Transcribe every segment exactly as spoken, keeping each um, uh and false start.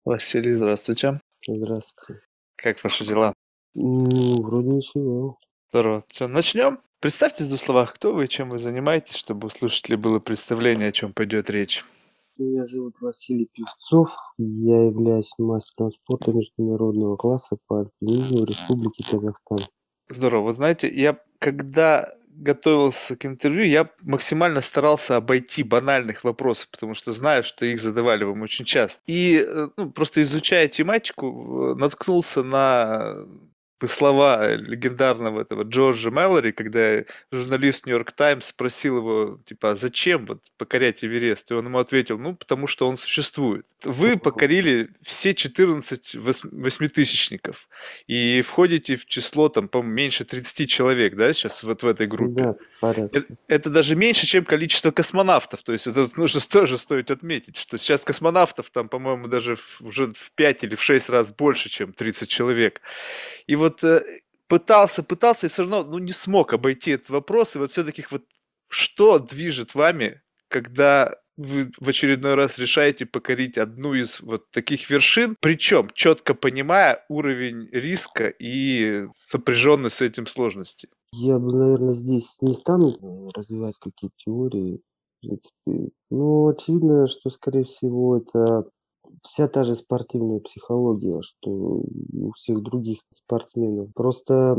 Василий, здравствуйте. Здравствуйте. Как ваши дела? Ну, вроде ничего. Здорово. Все, начнем. Представьтесь в двух словах, кто вы и чем вы занимаетесь, чтобы у слушателей было представление, о чем пойдет речь. Меня зовут Василий Певцов. Я являюсь мастером спорта международного класса по альпинизму Республики Казахстан. Здорово. Вот знаете, я когда готовился к интервью, я максимально старался обойти банальных вопросов, потому что знаю, что их задавали вам очень часто. И э, ну, просто изучая тематику, э, наткнулся на э, слова легендарного этого Джорджа Мэллори, когда журналист Нью-Йорк Таймс спросил его, типа, а зачем вот покорять Эверест? И он ему ответил, ну, потому что он существует. Вы покорили все четырнадцать вос- восьмитысячников и входите в число, там, по-моему, меньше тридцати человек, да, сейчас вот в этой группе. Да, Э- порядка. Это даже меньше, чем количество космонавтов. То есть это нужно тоже стоит отметить, что сейчас космонавтов там, по-моему, даже в- уже в пять или в шесть раз больше, чем тридцать человек. И вот э, пытался, пытался, и все равно, ну, не смог обойти этот вопрос. И вот все-таки вот что движет вами, когда вы в очередной раз решаете покорить одну из вот таких вершин, причем четко понимая уровень риска и сопряженной с этим сложности? Я бы, наверное, здесь не стану э, развивать какие-то теории, в принципе. Ну, очевидно, что, скорее всего, это вся та же спортивная психология, что и у всех других спортсменов. Просто,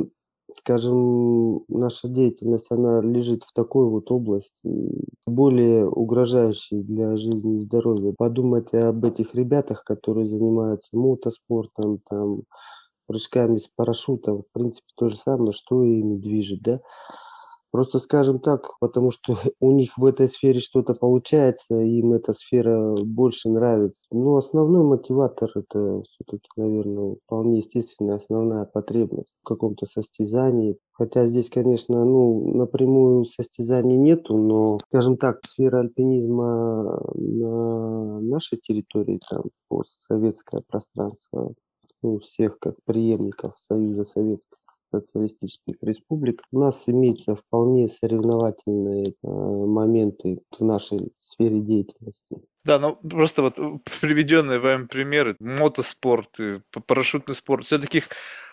скажем, наша деятельность, она лежит в такой вот области, более угрожающей для жизни и здоровья. Подумать об этих ребятах, которые занимаются мотоспортом, там, прыжками с парашютом, в принципе, то же самое, что и ими движет, да. Просто скажем так, потому что у них в этой сфере что-то получается, им эта сфера больше нравится. Но основной мотиватор — это все-таки, наверное, вполне естественная основная потребность в каком-то состязании. Хотя здесь, конечно, ну, напрямую состязаний нету, но, скажем так, сфера альпинизма на нашей территории, там, постсоветское пространство, у всех как преемников Союза Советских Социалистических Республик. У нас имеются вполне соревновательные э, моменты в нашей сфере деятельности. Да, ну просто вот э, приведенные вами примеры, мотоспорт, и п- парашютный спорт, все-таки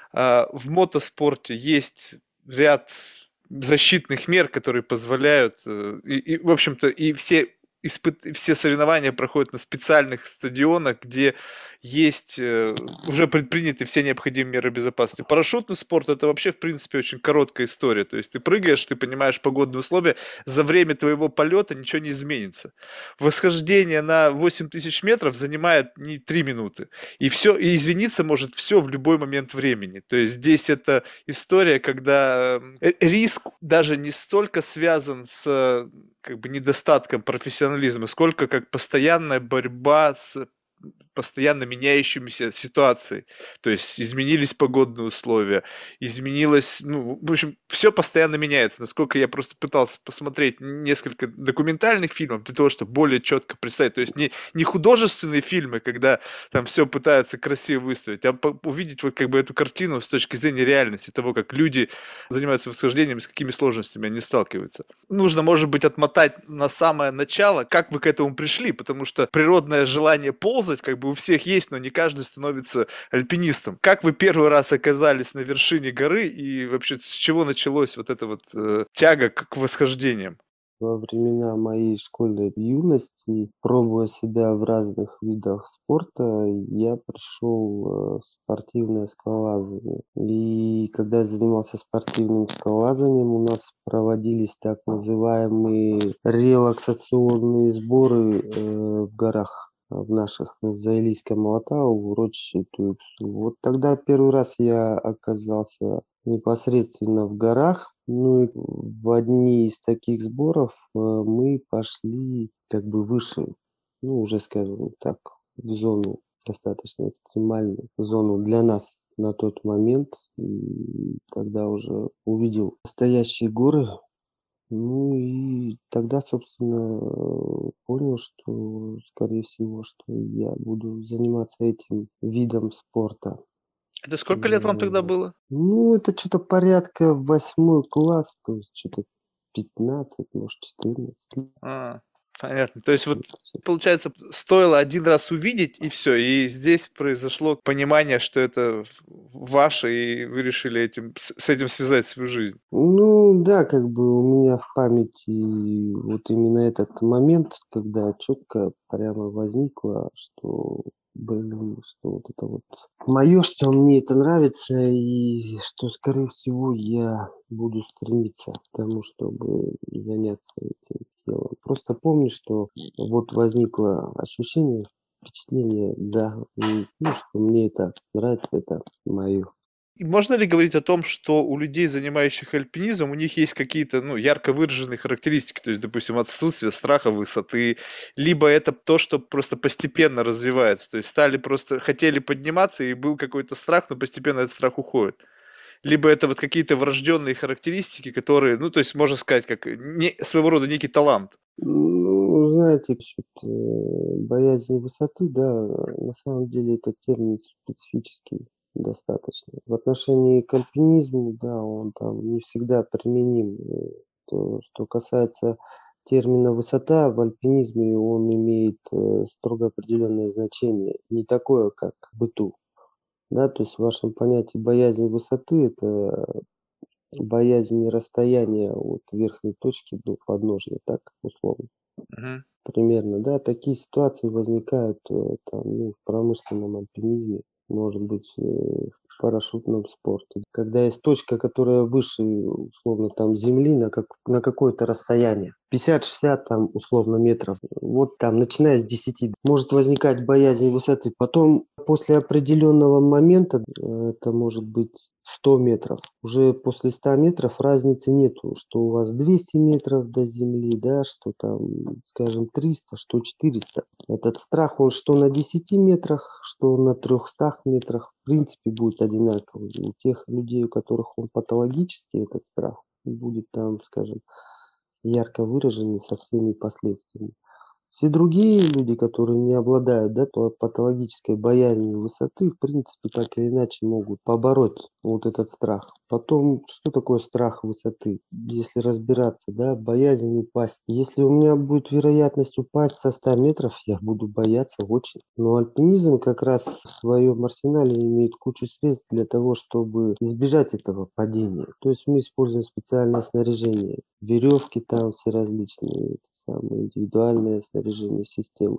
в мотоспорте есть ряд защитных мер, которые позволяют, э, и, и, в общем-то, и все испыт... все соревнования проходят на специальных стадионах, где есть э, уже предприняты все необходимые меры безопасности. Парашютный спорт это вообще, в принципе, очень короткая история. То есть ты прыгаешь, ты понимаешь погодные условия, за время твоего полета ничего не изменится. Восхождение на восемь тысяч метров занимает не три минуты. И все, и извиниться может все в любой момент времени. То есть здесь это история, когда э, риск даже не столько связан с э, как бы недостатком профессионализма, сколько как постоянная борьба с постоянно меняющимися ситуацией. То есть изменились погодные условия, изменилось, ну, в общем, все постоянно меняется. Насколько я просто пытался посмотреть несколько документальных фильмов для того, чтобы более четко представить. То есть не, не художественные фильмы, когда там все пытаются красиво выставить, а по- увидеть вот как бы эту картину с точки зрения реальности, того, как люди занимаются восхождением, с какими сложностями они сталкиваются. Нужно, может быть, отмотать на самое начало, как вы к этому пришли, потому что природное желание ползать как бы у всех есть, но не каждый становится альпинистом. Как вы первый раз оказались на вершине горы и вообще с чего началось вот эта вот э, тяга к, к восхождениям? Во времена моей школьной юности, пробуя себя в разных видах спорта, я пришел э, в спортивное скалолазание. И когда я занимался спортивным скалолазанием, у нас проводились так называемые релаксационные сборы э, в горах, э, в наших, в Заилийском Алатау, в урочище Туюксу. Вот тогда первый раз я оказался непосредственно в горах. Ну и в одни из таких сборов э, мы пошли как бы выше, ну уже, скажем так, в зону достаточно экстремальную зону для нас на тот момент. И тогда уже увидел настоящие горы. Ну и тогда, собственно, э, понял, что, скорее всего, что я буду заниматься этим видом спорта. Это сколько лет вам тогда Вот. было? Ну, это что то порядка восьмой класс, то есть что то пятнадцать, может, четырнадцать. А. Понятно. То есть вот, Вот и всё. получается, стоило один раз увидеть, и все, и здесь произошло понимание, что это в ваше, и вы решили этим с с этим связать свою жизнь. Ну да, как бы у меня в памяти вот именно этот момент, когда четко прямо возникло, что, блин, что вот это вот мое, что мне это нравится, и что, скорее всего, я буду стремиться к тому, чтобы заняться этим делом. Просто помню, что вот возникло ощущение, впечатление, да, м, ну, что мне это нравится, это мое. И можно ли говорить о том, что у людей, занимающих альпинизмом, у них есть какие-то, ну, ярко выраженные характеристики, то есть, допустим, отсутствие страха высоты, либо это то, что просто постепенно развивается, то есть стали просто, хотели подниматься, и был какой-то страх, но постепенно этот страх уходит. Либо это вот какие-то врожденные характеристики, которые, ну, то есть, можно сказать, как не, своего рода некий талант. Ну, знаете, насчет, э, боязни высоты, да, на самом деле это термин специфический достаточно. В отношении к альпинизму, да, он там не всегда применим. Э, То, что касается термина высота, в альпинизме он имеет э, строго определенное значение, не такое, как в быту. Да, то есть в вашем понятии боязнь высоты– это боязнь расстояния от верхней точки до подножия, так условно. Мгм. Примерно, да. Такие ситуации возникают, э, там, ну, в промышленном альпинизме, может быть, э, в парашютном спорте. Когда есть точка, которая выше, условно, там, земли на как на какое-то расстояние, пятьдесят шестьдесят там, условно, метров. Вот там, начиная с десяти, может возникать боязнь высоты. Потом, после определенного момента, э, это может быть сто метров. Уже после ста метров разницы нету, что у вас двести метров до земли, да, что там, скажем, триста, что четыреста. Этот страх, он что на десяти метрах, что на трехстах метрах, в принципе, будет одинаковый. У тех людей, у которых он патологический, этот страх, будет там, скажем, ярко выраженный со всеми последствиями. Все другие люди, которые не обладают, да, то патологической боязнью высоты, в принципе, так или иначе могут побороть вот этот страх. Потом, что такое страх высоты? Если разбираться, да, боязнь упасть. Если у меня будет вероятность упасть со ста метров, я буду бояться очень. Но альпинизм как раз в своем арсенале имеет кучу средств для того, чтобы избежать этого падения. То есть мы используем специальное снаряжение. Веревки там все различные, это самое индивидуальное снаряжение системы.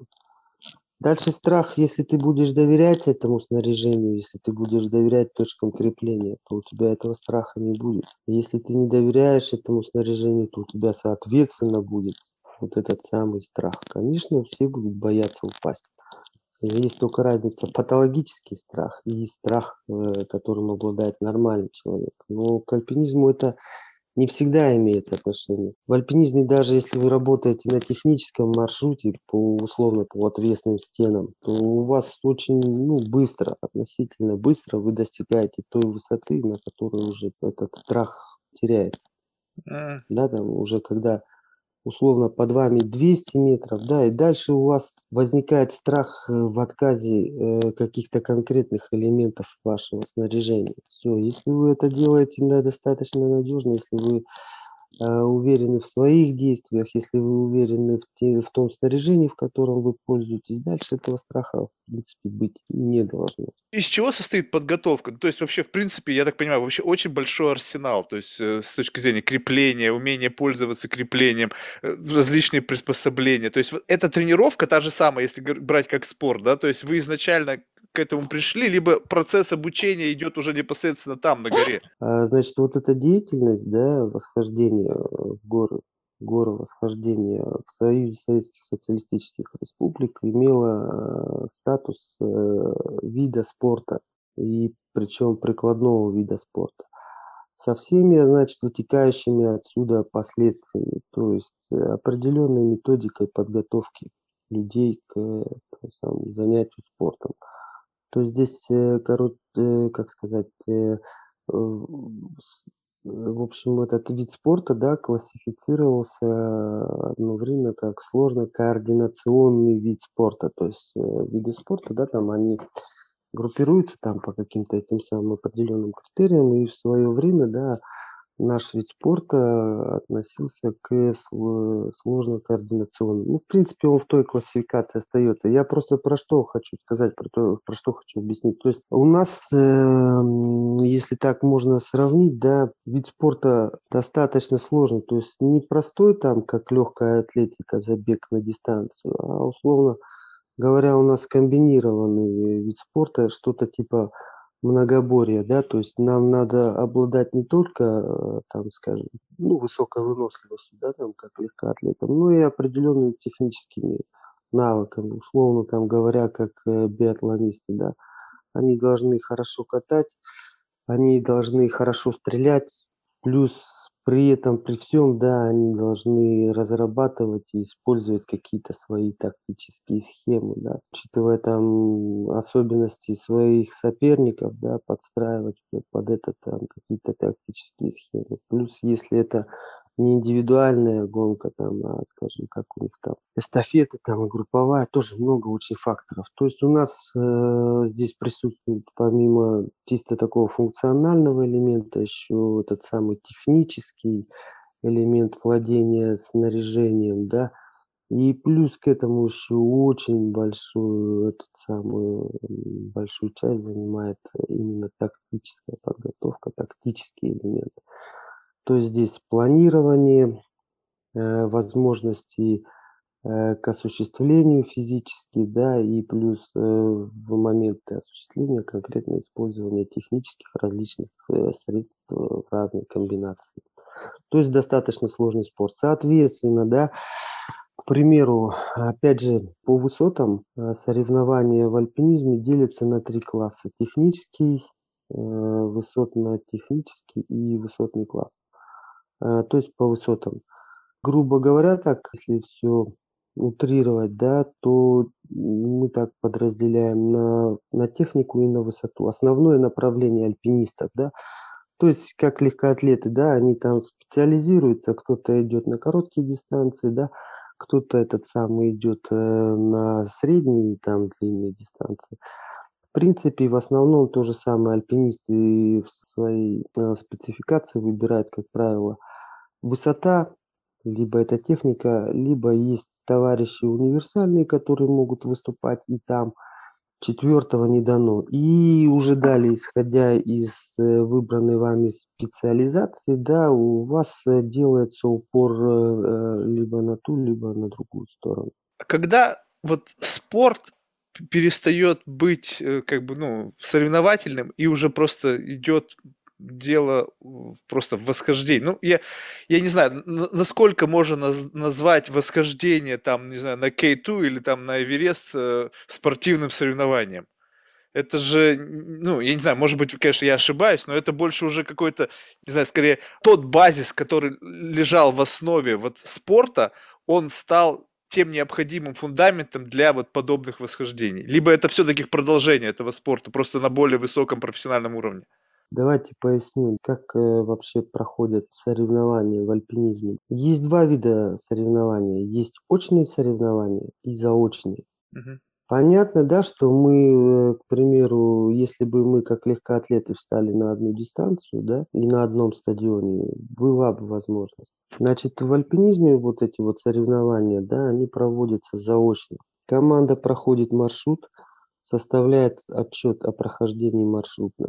Дальше страх, если ты будешь доверять этому снаряжению, если ты будешь доверять точкам крепления, то у тебя этого страха не будет. Если ты не доверяешь этому снаряжению, то у тебя соответственно будет вот этот самый страх. Конечно, все будут бояться упасть. Есть только разница патологический страх и страх, э, которым обладает нормальный человек. Но к альпинизму это не всегда имеет отношение. В альпинизме, даже если вы работаете на техническом маршруте по условно по отвесным стенам, то у вас очень, ну, быстро, относительно быстро вы достигаете той высоты, на которой уже этот страх теряется. М. Да, там уже когда условно под вами двести метров, да, и дальше у вас возникает страх э, в отказе э, каких-то конкретных элементов вашего снаряжения. Все, если вы это делаете да, достаточно надежно, если вы э, уверены в своих действиях, если вы уверены в, те, в том снаряжении, в котором вы пользуетесь, дальше этого страха, в принципе, быть не должно. Из чего состоит подготовка? Ну, то есть вообще, в принципе, я так понимаю, вообще очень большой арсенал, то есть э, с точки зрения крепления, умения пользоваться креплением, э, различные приспособления. То есть вот эта тренировка та же самая, если гр- брать как спорт, да, то есть вы изначально к этому пришли, либо процесс обучения идет уже непосредственно там, на горе. А, значит, вот эта деятельность, да, восхождения э, в горы, горы восхождения в Союзе Советских Социалистических Республик имела э, статус э, вида спорта, и причем прикладного вида спорта, со всеми, значит, вытекающими отсюда последствиями, то есть э, определенной методикой подготовки людей к э, тому самому занятию спортом. То есть здесь, э, корот э, как сказать, э, э, с э, в общем, этот вид спорта, да, классифицировался э, одно время как сложно-координационный вид спорта. То есть, э, виды спорта, да, там они группируются там по каким-то этим самым определенным критериям, и в свое время, да, наш вид спорта относился к сло сложно-координационному. Ну, в принципе, он в той классификации остается. Я просто про что хочу сказать, про то, про что хочу объяснить. То есть у нас, эм, если так можно сравнить, да, вид спорта достаточно сложный. То есть не простой там, как легкая атлетика, забег на дистанцию, а условно говоря, у нас комбинированный вид спорта, что-то типа многоборья, да, то есть нам надо обладать не только, э, там, скажем, ну, высокой выносливостью, да, там, как легкоатлетам, но и определенными техническими навыками, условно там говоря, как э, биатлонисты, да. Они должны хорошо катать, они должны хорошо стрелять, плюс при этом, при всем, да, они должны разрабатывать и использовать какие-то свои тактические схемы, да, учитывая там особенности своих соперников, да, подстраивать под под это там какие-то тактические схемы. Плюс, если это не индивидуальная гонка, там, а, скажем, как у них там эстафета, там, и групповая, тоже много очень факторов. То есть у нас э, здесь присутствует помимо чисто такого функционального элемента еще этот самый технический элемент владения снаряжением, да, и плюс к этому еще очень большую, этот самую, м, большую часть занимает именно тактическая подготовка, тактический элемент. То есть здесь планирование, э, возможности, э, к осуществлению физических, да, и плюс, э, в моменты осуществления конкретно использование технических различных, э, средств э, в разной комбинации. То есть достаточно сложный спорт. Соответственно, да, к примеру, опять же, по высотам, э, соревнования в альпинизме делятся на три класса: технический, э, высотно-технический и высотный класс. Э, то есть по высотам. Грубо говоря, так, если все утрировать, да, то мы так подразделяем на на технику и на высоту. Основное направление альпинистов, да, то есть как легкоатлеты, да, они там специализируются, кто-то идет на короткие дистанции, да, кто-то этот самый идет, э, на средние, там длинные дистанции. В принципе, в основном то же самое альпинисты в своей, э, спецификации выбирают, как правило, высота, либо это техника, либо есть товарищи универсальные, которые могут выступать и там. Четвертого не дано. И уже далее, исходя из, э, выбранной вами специализации, да, у вас, э, делается упор, э, э, либо на ту, либо на другую сторону. Когда вот спорт п перестает быть, э, как бы, ну, соревновательным и уже просто идет дело в просто в восхождении. Ну, я я не знаю, н насколько можно наз назвать восхождение там, не знаю, на кей два или там на Эверест, э, спортивным соревнованием. Это же, н ну, я не знаю, может быть, конечно, я ошибаюсь, но это больше уже какой-то, не знаю, скорее тот базис, который лежал в основе вот спорта, он стал тем необходимым фундаментом для вот подобных восхождений. Либо это все-таки продолжение этого спорта, просто на более высоком профессиональном уровне. Давайте поясню, как, э, вообще проходят соревнования в альпинизме. Есть два вида соревнований. Есть очные соревнования и заочные. Мгм. Понятно, да, что мы, э, к примеру, если бы мы как легкоатлеты встали на одну дистанцию, да, и на одном стадионе, была бы возможность. Значит, в альпинизме вот эти вот соревнования, да, они проводятся заочно. Команда проходит маршрут, составляет отчет о прохождении маршрута.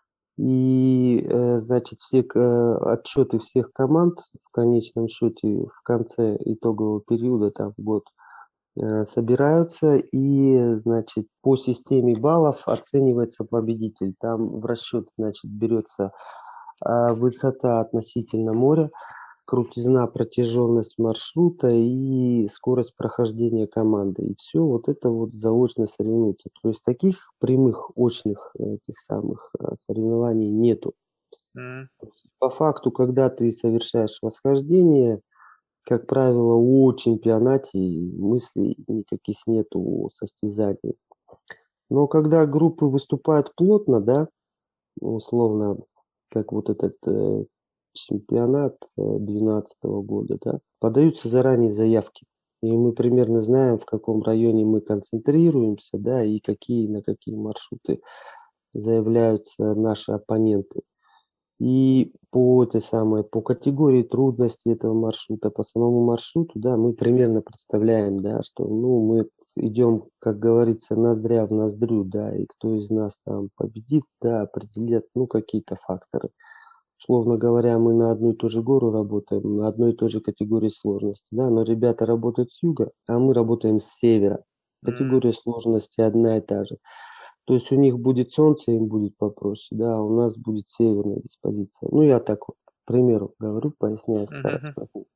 И, э, значит, все к э, отчеты всех команд в конечном счете в конце итогового периода, там год, Э, собираются и, значит, по системе баллов оценивается победитель. Там в расчет, значит, берется, а, высота относительно моря, крутизна, протяженность маршрута и скорость прохождения команды. И все вот это вот заочно соревнуются. То есть таких прямых, очных, э, этих самых, а, соревнований нету. М. По факту, когда ты совершаешь восхождение, как правило, о чемпионате мыслей никаких нету о состязании. Но когда группы выступают плотно, да, условно, как вот этот, э, чемпионат, э, двенадцатого года, да, подаются заранее заявки. И мы примерно знаем, в каком районе мы концентрируемся, да, и какие на какие маршруты заявляются наши оппоненты. И по этой самой, по категории трудности этого маршрута, по самому маршруту, да, мы примерно представляем, да, что, ну, мы идем, как говорится, ноздря в ноздрю, да, и кто из нас там победит, да, определят, ну, какие-то факторы. Условно говоря, мы на одну и ту же гору работаем, на одной и той же категории сложности, да, но ребята работают с юга, а мы работаем с севера. М, Категория сложности одна и та же. То есть у них будет солнце, им будет попроще, да, а у нас будет северная диспозиция. Ну, я так вот, к примеру, говорю, поясняю, мгм, стараюсь мгм. пояснить.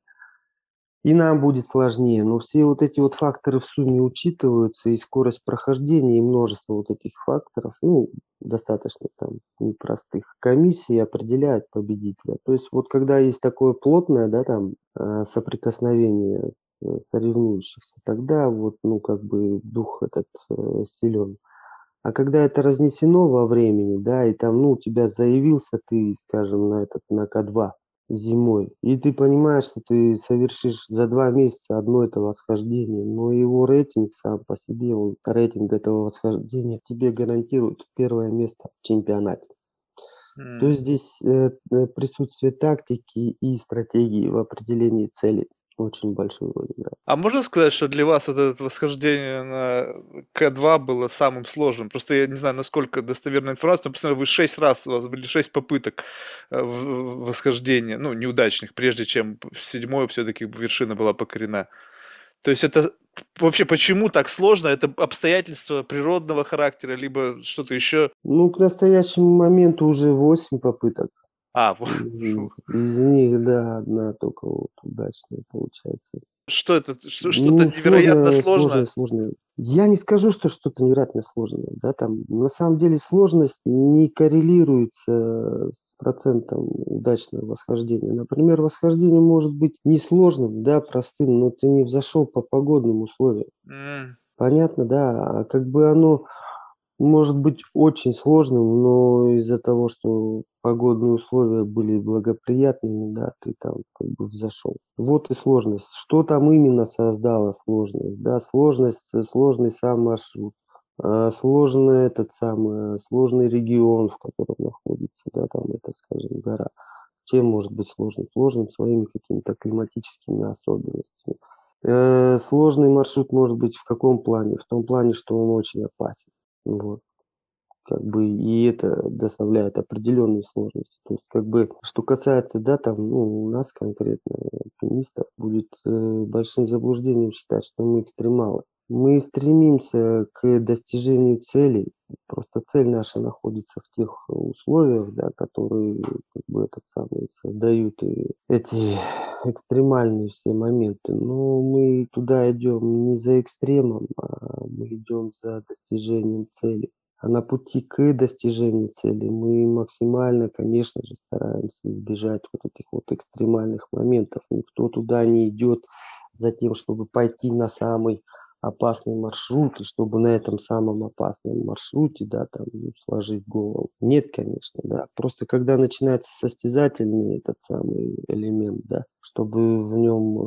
И нам будет сложнее, но все вот эти вот факторы в сумме учитываются, и скорость прохождения, и множество вот этих факторов, ну, достаточно там непростых. Комиссии определяют победителя. То есть вот когда есть такое плотное, да, там, э, соприкосновение с э, соревнующихся, тогда вот, ну, как бы дух этот э, силен. А когда это разнесено во времени, да, и там, ну, у тебя заявился ты, скажем, на этот, на К два зимой, и ты понимаешь, что ты совершишь за два месяца одно это восхождение, но его рейтинг сам по себе, он, рейтинг этого восхождения тебе гарантирует первое место в чемпионате. То М. есть здесь э, э, присутствие тактики и стратегии в определении цели очень большую роль играет. А можно сказать, что для вас вот это восхождение на К два было самым сложным? Просто я не знаю, насколько достоверная информация, но посмотрел, вы шесть раз, у вас были шесть попыток э, в- в- восхождения, ну, неудачных, прежде чем в седьмой все-таки вершина была покорена. То есть это вообще почему так сложно? Это обстоятельства природного характера, либо что-то еще? Ну, к настоящему моменту уже восемь попыток. А, вот. Из из них, да, одна только вот удачная получается. Что это? Что, что-то Ну, невероятно сложное сложное сложно? сложное. Я не скажу, что что-то невероятно сложное, да, там. На самом деле сложность не коррелируется с процентом удачного восхождения. Например, восхождение может быть несложным, да, простым, но ты не взошел по погодным условиям. М, Понятно, да, а как бы оно может быть очень сложным, но из-за того, что погодные условия были благоприятными, да, ты там как бы взошел. Вот и сложность. Что там именно создало сложность? Да, сложность, э, сложный сам маршрут, а, сложный этот самый, э, сложный регион, в котором находится, да, там это, скажем, гора. Чем может быть сложным? Сложным своими какими-то климатическими особенностями. Э, сложный маршрут может быть в каком плане? В том плане, что он очень опасен. Вот. Как бы и это доставляет определенные сложности. То есть, как бы, что касается, да, там, ну, у нас конкретно, альпинистов, будет э, большим заблуждением считать, что мы экстремалы. Мы стремимся к достижению целей. Просто цель наша находится в тех условиях, да, которые как бы этот самый создают и эти экстремальные все моменты. Но мы туда идем не за экстремом, а мы идем за достижением цели. А на пути к достижению цели мы максимально, конечно же, стараемся избежать вот этих вот экстремальных моментов. Никто туда не идет за тем, чтобы пойти на самый опасный маршрут, и чтобы на этом самом опасном маршруте, да, там, ну, сложить голову. Нет, конечно, да. Просто когда начинается состязательный этот самый элемент, да, чтобы в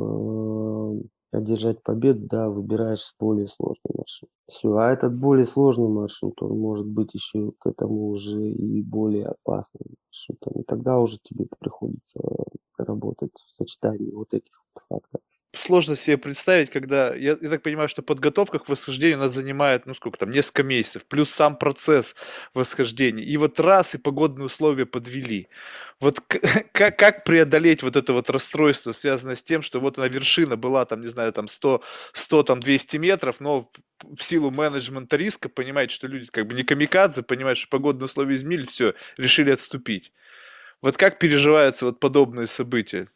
нем одержать победу, да, выбираешь более сложный маршрут. Все, а этот более сложный маршрут, он может быть еще к этому уже и более опасным маршрутом. И тогда уже тебе приходится работать в сочетании вот этих вот факторов. Сложно себе представить, когда я, я так понимаю, что подготовка к восхождению у нас занимает, ну сколько там, несколько месяцев, плюс сам процесс восхождения. И вот раз и погодные условия подвели. Вот к- как, как преодолеть вот это вот расстройство, связанное с тем, что вот она вершина была там, не знаю, там сто, сто там двести метров, но в силу менеджмента риска, понимаете, что люди как бы не камикадзе, понимают, что погодные условия изменили, все, решили отступить. Вот как переживаются вот подобные события?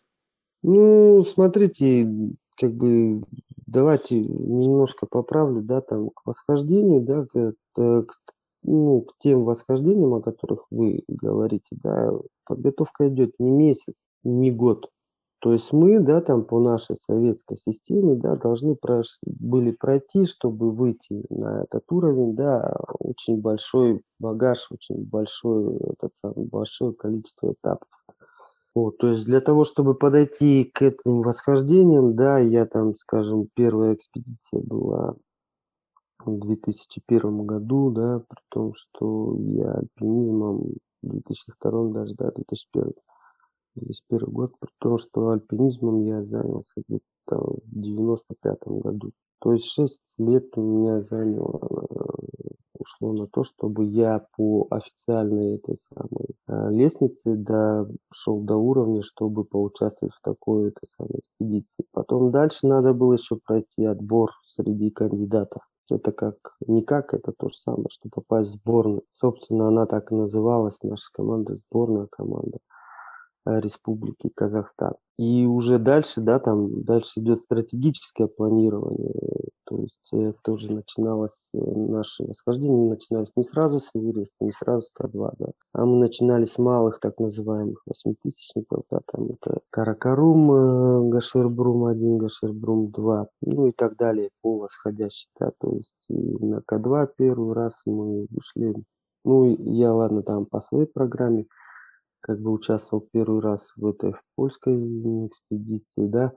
Ну, смотрите, как бы давайте немножко поправлю, да, там к восхождению, да, к, э, к, ну, к тем восхождениям, о которых вы говорите, да, подготовка идет не месяц, не год. То есть мы, да, там по нашей советской системе, да, должны прош- были пройти, чтобы выйти на этот уровень, да, очень большой багаж, очень большой, этот самый, большое количество этапов. Вот, то есть для того, чтобы подойти к этим восхождениям, да, я там, скажем, первая экспедиция была в две тысячи первом году, да, при том, что я альпинизмом в две тысячи втором даже, да, две тысячи первый. две тысячи первый год, при том, что альпинизмом я занялся где-то в девяносто пятом году. То есть шесть лет у меня заняло, э, ушло на то, чтобы я по официальной этой самой э, лестнице дошел до уровня, чтобы поучаствовать в такой этой самой экспедиции. Потом дальше надо было еще пройти отбор среди кандидатов. Это как, не как, это то же самое, что попасть в сборную. Собственно, она так и называлась, наша команда, сборная команда э, Республики Казахстан. И уже дальше, да, там дальше идет стратегическое планирование. То есть э, тоже начиналось, э, наше восхождение начиналось не сразу с Эвереста, не сразу с К два, да, а мы начинали с малых так называемых восьмитысячников, да, там это Каракарум, э, Гашербрум один, Гашербрум два, ну и так далее по восходящей, да, то есть и на К два первый раз мы вышли, ну я, ладно, там по своей программе, как бы участвовал первый раз в этой в польской экспедиции, да.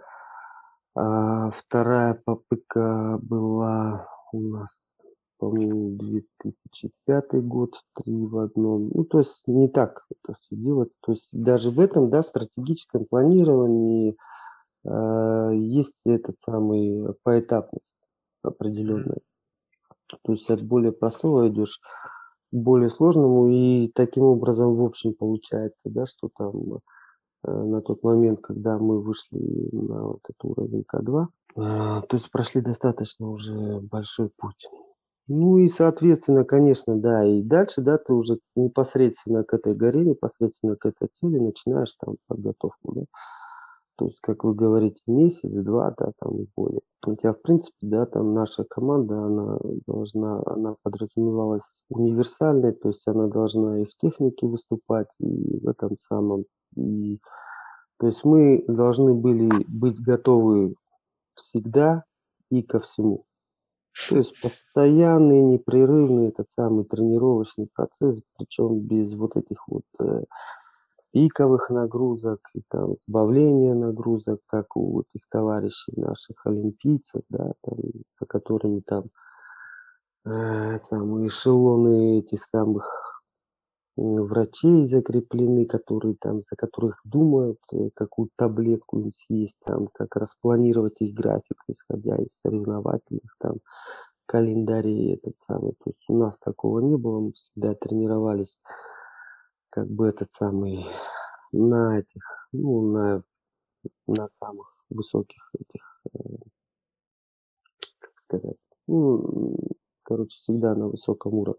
А вторая попытка была у нас, по-моему, две тысячи пятый год, три в одном. Ну, то есть не так это все делать. То есть даже в этом, да, в стратегическом планировании э, есть этот самый поэтапность Мгм. определенная. То есть от более простого идешь к более сложному, и таким образом, в общем, получается, да, что там э, на тот момент, когда мы вышли на вот этот уровень К два, а, то есть прошли достаточно уже большой путь. Ну и, соответственно, конечно, да, и дальше, да, ты уже непосредственно к этой горе, непосредственно к этой цели начинаешь там подготовку, да. То есть, как вы говорите, месяц-два, да, там и более. У тебя, в принципе, да, там наша команда, она должна, она подразумевалась универсальной, то есть она должна и в технике выступать, и в этом самом, и то есть мы должны были быть готовы всегда и ко всему. То есть постоянный, непрерывный этот самый тренировочный процесс, причем без вот этих вот э, пиковых нагрузок и там сбавления нагрузок, как у этих товарищей наших олимпийцев, да, там, за которыми там э, самые эшелоны этих самых м, врачей закреплены, которые там, за которых думают, э, какую таблетку им съесть, там, как распланировать их график, исходя из соревновательных там календарей этот самый. То есть у нас такого не было, мы всегда тренировались как бы этот самый на этих, ну, на, на самых высоких этих, как сказать, ну, короче, всегда на высоком уровне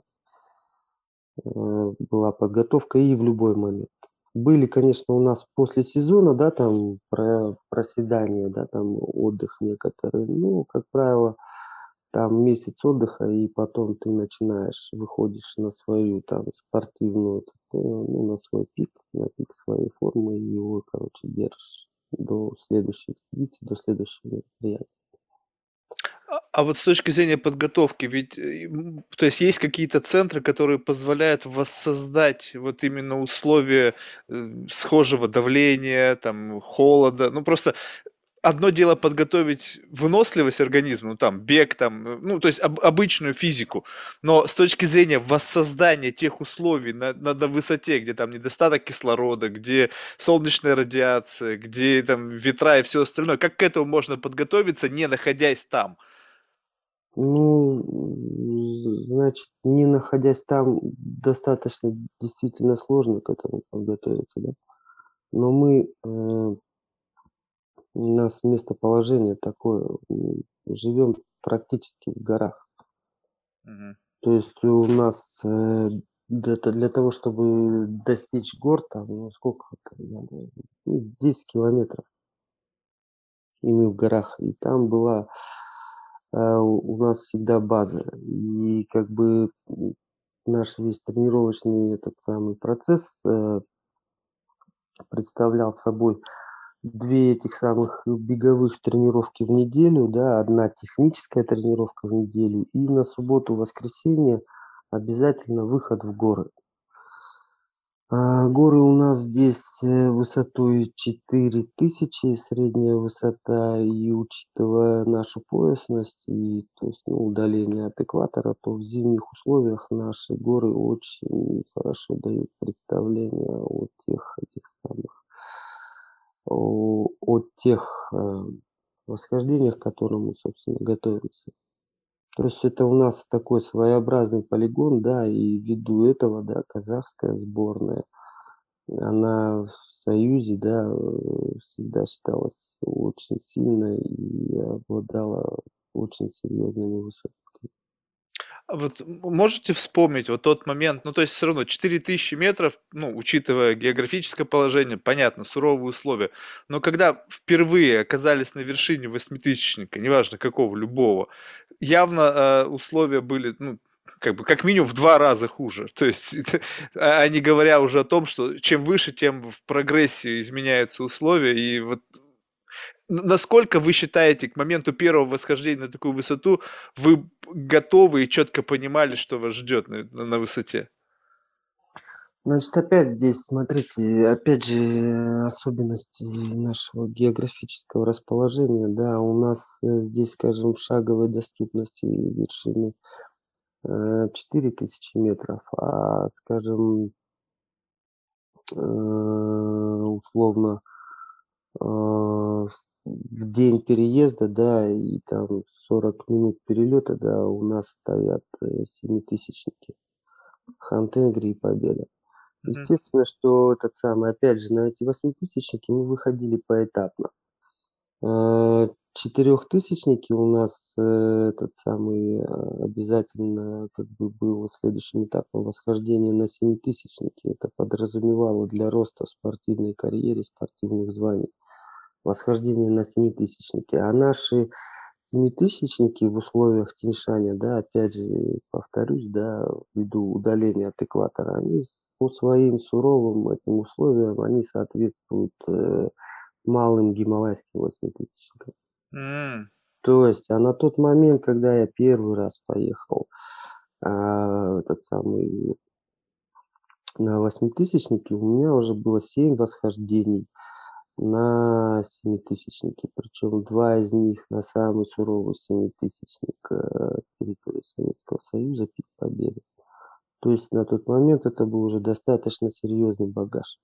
э, была подготовка и в любой момент. Были, конечно, у нас после сезона, да, там про проседание, да, там отдых некоторые. Ну, как правило, там месяц отдыха, и потом ты начинаешь, выходишь на свою там спортивную, вот э, ну, на свой пик, на пик своей формы, и его, короче, держишь до следующей экспедиции, до следующего мероприятия. А а вот с точки зрения подготовки, ведь, э, м, то есть есть какие-то центры, которые позволяют воссоздать вот именно условия, э, схожего давления, там, холода. Ну, просто одно дело подготовить выносливость организма, ну, там, бег, там, э, ну, то есть об обычную физику. Но с точки зрения воссоздания тех условий на на на высоте, где там недостаток кислорода, где солнечная радиация, где там ветра и все остальное, как к этому можно подготовиться, не находясь там? Ну, м, значит, не находясь там, достаточно действительно сложно к этому подготовиться, да. Но мы, э, у нас местоположение такое, м, живем практически в горах. Мгм. То есть у нас, э, для то для того, чтобы достичь гор, там, ну, сколько там надо, ну, десять километров, и мы в горах. И там была, а, у у нас всегда база. И как бы, м, наш весь тренировочный этот самый процесс, э, представлял собой две этих самых беговых тренировки в неделю, да, одна техническая тренировка в неделю, и на субботу, воскресенье обязательно выход в горы. А, горы у нас здесь э, высотой четыре тысячи, средняя высота, и учитывая нашу поясность, и то есть, ну, удаление от экватора, то в зимних условиях наши горы очень хорошо дают представление о тех этих самых, о, о тех э, восхождениях, к которым мы, собственно, готовимся. То есть это у нас такой своеобразный полигон, да, и ввиду этого, да, казахская сборная, она в союзе, да, э, всегда считалась очень сильной и обладала очень серьезными высотами. А вот м можете вспомнить вот тот момент, ну, то есть все равно четыре тысячи метров, ну, учитывая географическое положение, понятно, суровые условия. Но когда впервые оказались на вершине восьмитысячника, неважно какого, любого, явно, э, условия были, ну, как бы, как минимум в два раза хуже. То есть, а а не говоря уже о том, что чем выше, тем в прогрессии изменяются условия. И вот Н насколько вы считаете, к моменту первого восхождения на такую высоту вы готовы и четко понимали, что вас ждет на на на высоте? Значит, опять здесь, смотрите, опять же, э, особенности нашего географического расположения, да, у нас э, здесь, скажем, шаговой доступности вершины э, четыре тысячи метров, а, скажем, э, условно, а, с в день переезда, да, и там сорок минут перелета, да, у нас стоят, э, семитысячники. Хантенгри и Победа. Мгм. Естественно, что этот самый, опять же, на эти восьмитысячники мы выходили поэтапно. А, четырехтысячники у нас, э, этот самый, а, обязательно как бы был следующим этапом восхождение на семитысячники. Это подразумевало для роста в спортивной карьере, спортивных званий восхождение на семитысячники. А наши семитысячники в условиях Тяньшаня, да, опять же, повторюсь, да, ввиду удаления от экватора, они с- по своим суровым этим условиям, они соответствуют э, малым гималайским восьмитысячникам. М. То есть, а на тот момент, когда я первый раз поехал а, этот самый на восьмитысячнике, у меня уже было семь восхождений на семитысячнике, причем два из них на самый суровый семитысячник э, территории Советского Союза, Пик Победы. То есть на тот момент это был уже достаточно серьезный багаж.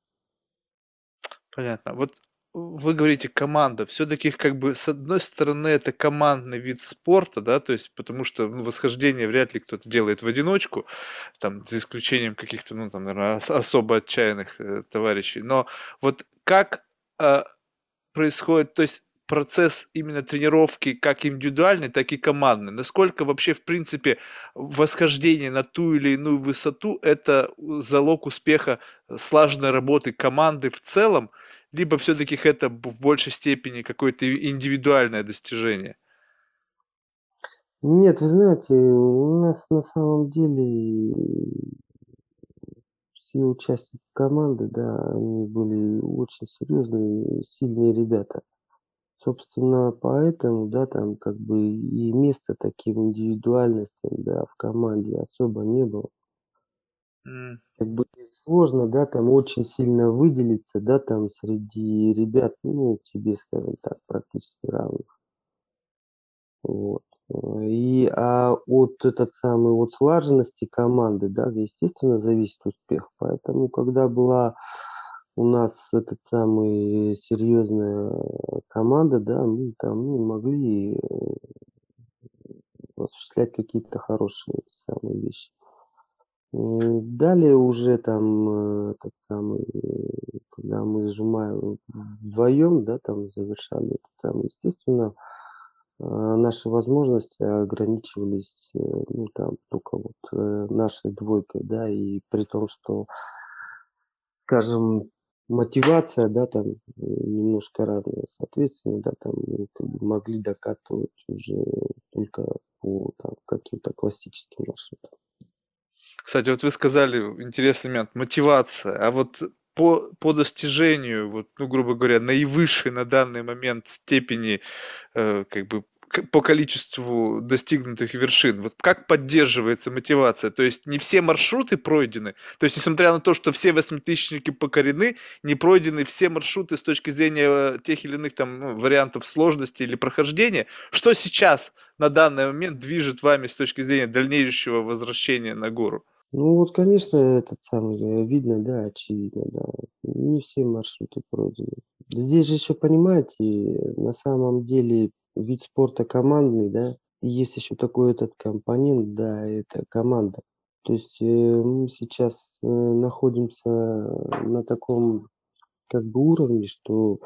Понятно. Вот вы говорите команда. Все-таки как бы с одной стороны это командный вид спорта, да, то есть потому что ну, восхождение вряд ли кто-то делает в одиночку, там за исключением каких-то, ну там, наверное, особо отчаянных э, товарищей. Но вот как а, происходит, то есть процесс именно тренировки как индивидуальный, так и командный? Насколько вообще, в принципе, восхождение на ту или иную высоту – это залог успеха слаженной работы команды в целом, либо все-таки это б- в большей степени какое-то и- индивидуальное достижение? Нет, вы знаете, у нас на самом деле все участники команды, да, они были очень серьезные, сильные ребята. Собственно, поэтому, да, там как бы и места таким индивидуальностям, да, в команде особо не было. М, Как бы сложно, да, там очень сильно выделиться, да, там среди ребят, ну, тебе, скажем так, практически равных. Вот. Э, И а от этот самый от слаженности команды, да, естественно, зависит успех. Поэтому, когда была у нас этот самый серьезная команда, да, мы там ну, могли э, осуществлять какие-то хорошие эти самые вещи. М, Далее уже там э, этот самый, э, когда мы сжимаем вдвоем, да, там завершали этот самый, естественно, а, наши возможности ограничивались, э, ну, там только вот э, нашей двойкой, да, и при том, что, скажем, мотивация, да, там э, немножко разная, соответственно, да, там мы как бы могли докатывать уже только по там, каким-то классическим маршрутам. Кстати, вот вы сказали интересный момент, мотивация. А вот по, по достижению, вот, ну, грубо говоря, наивысшей на данный момент степени э, как бы к по количеству достигнутых вершин. Вот как поддерживается мотивация? То есть не все маршруты пройдены? То есть несмотря на то, что все восьмитысячники покорены, не пройдены все маршруты с точки зрения, э, тех или иных там, ну, вариантов сложности или прохождения? Что сейчас на данный момент движет вами с точки зрения дальнейшего возвращения на гору? Ну вот, конечно, этот самый, э, видно, да, очевидно, да. Не все маршруты пройдены. Здесь же еще, понимаете, на самом деле вид спорта командный, да. И есть еще такой этот компонент, да, это команда. То есть, э, мы сейчас, э, находимся на таком как бы уровне, что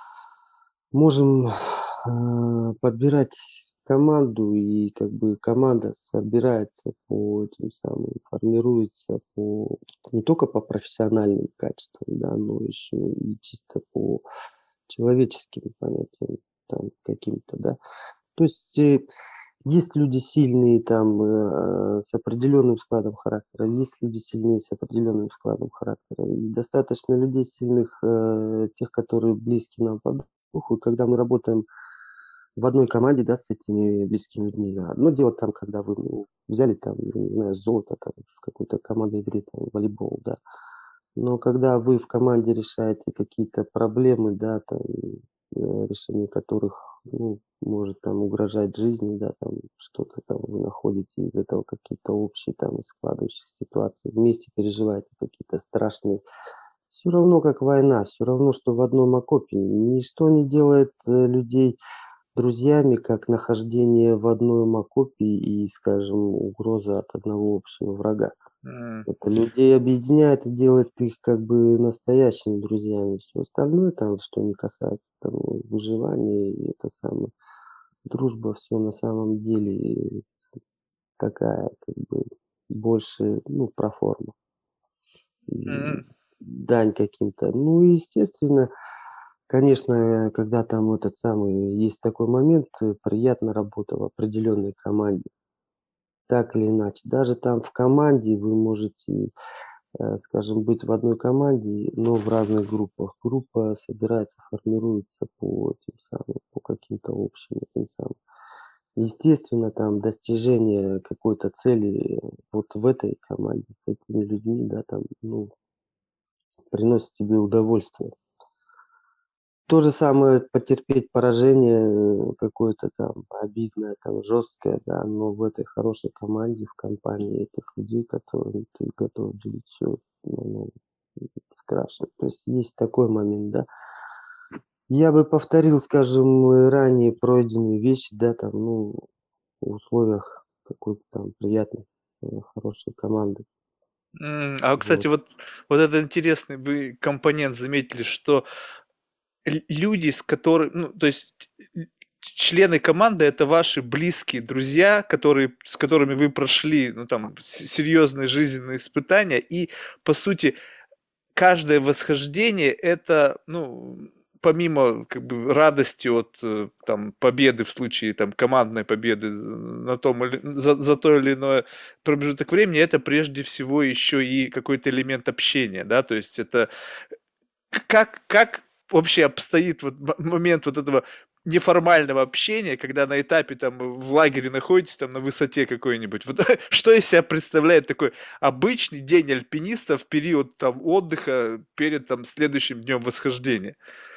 можем, а, подбирать команду, и как бы команда собирается по этим самым, формируется по не только по профессиональным качествам, да, но еще и чисто по человеческим понятиям там каким-то, да. То есть, э, есть люди сильные там, э, с определенным складом характера, есть люди сильные с определенным складом характера. И достаточно людей сильных, э, тех, которые близки нам по духу. И когда мы работаем в одной команде, да, с этими близкими людьми. Одно дело там, когда вы, ну, взяли там, я не знаю, золото там в какой-то командной игре, там, волейбол, да. Но когда вы в команде решаете какие-то проблемы, да, там, э, решение которых, ну, может там угрожать жизни, да, там что-то там вы находите из этого какие-то общие там из складывающихся ситуаций, вместе переживаете какие-то страшные. Все равно как война, все равно, что в одном окопе. Ничто не делает э, людей друзьями, как нахождение в одном окопе и, скажем, угроза от одного общего врага. М. Это людей объединяет и делает их как бы настоящими друзьями. Все остальное там, что не касается там выживания и это самое, дружба, все на самом деле такая как бы больше, ну, про форму. М, М. дань каким-то. Ну и естественно, конечно, когда там этот самый есть такой момент, э, приятно работа в определенной команде. Так или иначе. Даже там в команде вы можете, э, скажем, быть в одной команде, но в разных группах. Группа собирается, формируется по этим самым, по каким-то общим этим самым. Естественно, там достижение какой-то цели э, вот в этой команде с этими людьми, да, там, ну, приносит тебе удовольствие. То же самое потерпеть поражение, э, какое-то там обидное, там жесткое, да, но в этой хорошей команде, в компании этих людей, которым ты готов делить все, ну, скрашивать. То есть есть такой момент, да. Я бы повторил, скажем, э, ранее пройденные вещи, да, там, ну, в условиях какой-то там приятной, э, хорошей команды. М, а, кстати, Вот. вот вот это интересный вы компонент заметили, что ль люди, с которыми, ну, то есть л члены команды — это ваши близкие друзья, которые с которыми вы прошли, ну, там, се серьезные жизненные испытания. И, по сути, каждое восхождение — это, ну, помимо как бы радости от, э, там, победы в случае там командной победы на том или за за то или иное промежуток времени, это прежде всего еще и какой-то элемент общения, да. То есть это к как как вообще обстоит вот мо момент вот этого неформального общения, когда на этапе там э, в лагере находитесь, там на высоте какой-нибудь? Вот что из себя представляет такой обычный день альпиниста в период там отдыха перед там следующим днем восхождения?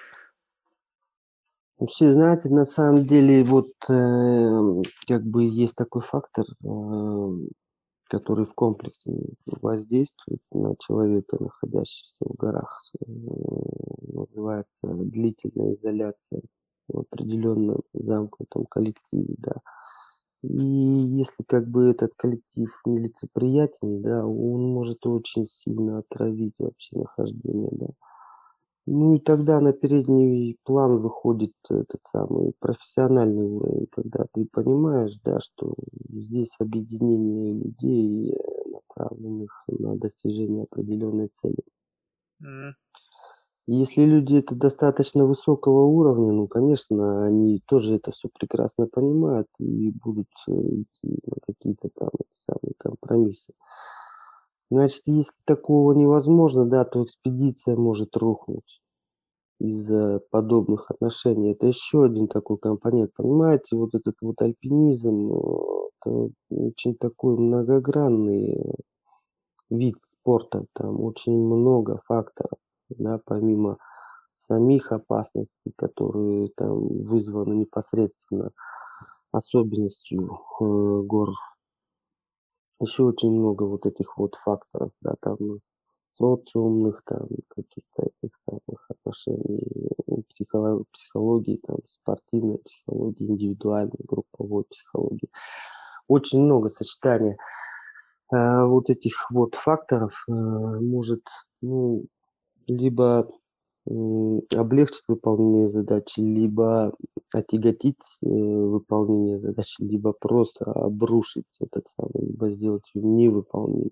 Вообще, знаете, на самом деле, вот, эм, как бы есть такой фактор, эм, который в комплексе воздействует на человека, находящегося в горах. Э, называется длительная изоляция в определенном замкнутом коллективе, да. И если как бы этот коллектив нелицеприятен, да, он может очень сильно отравить вообще нахождение, да. Ну и тогда на передний план выходит этот самый профессиональный уровень, когда ты понимаешь, да, что здесь объединение людей, э, направленных на достижение определенной цели. М, Если люди это достаточно высокого уровня, ну, конечно, они тоже это все прекрасно понимают и будут э, идти на какие-то там эти самые компромиссы. Значит, если такого невозможно, да, то экспедиция может рухнуть. из-за подобных отношений. Это еще один такой компонент. Понимаете, вот этот вот альпинизм, э, это очень такой многогранный вид спорта. Там очень много факторов, да, помимо самих опасностей, которые там вызваны непосредственно особенностью э, гор. Еще очень много вот этих вот факторов, да, там социумных, там каких-то этих самых отношений, э, психоло- психологии, там спортивной психологии, индивидуальной, групповой психологии. Очень много сочетания э, вот этих вот факторов э, может, ну, либо м, облегчить выполнение задачи, либо отяготить э, выполнение задачи, либо просто обрушить этот самый, либо сделать ее невыполнимой.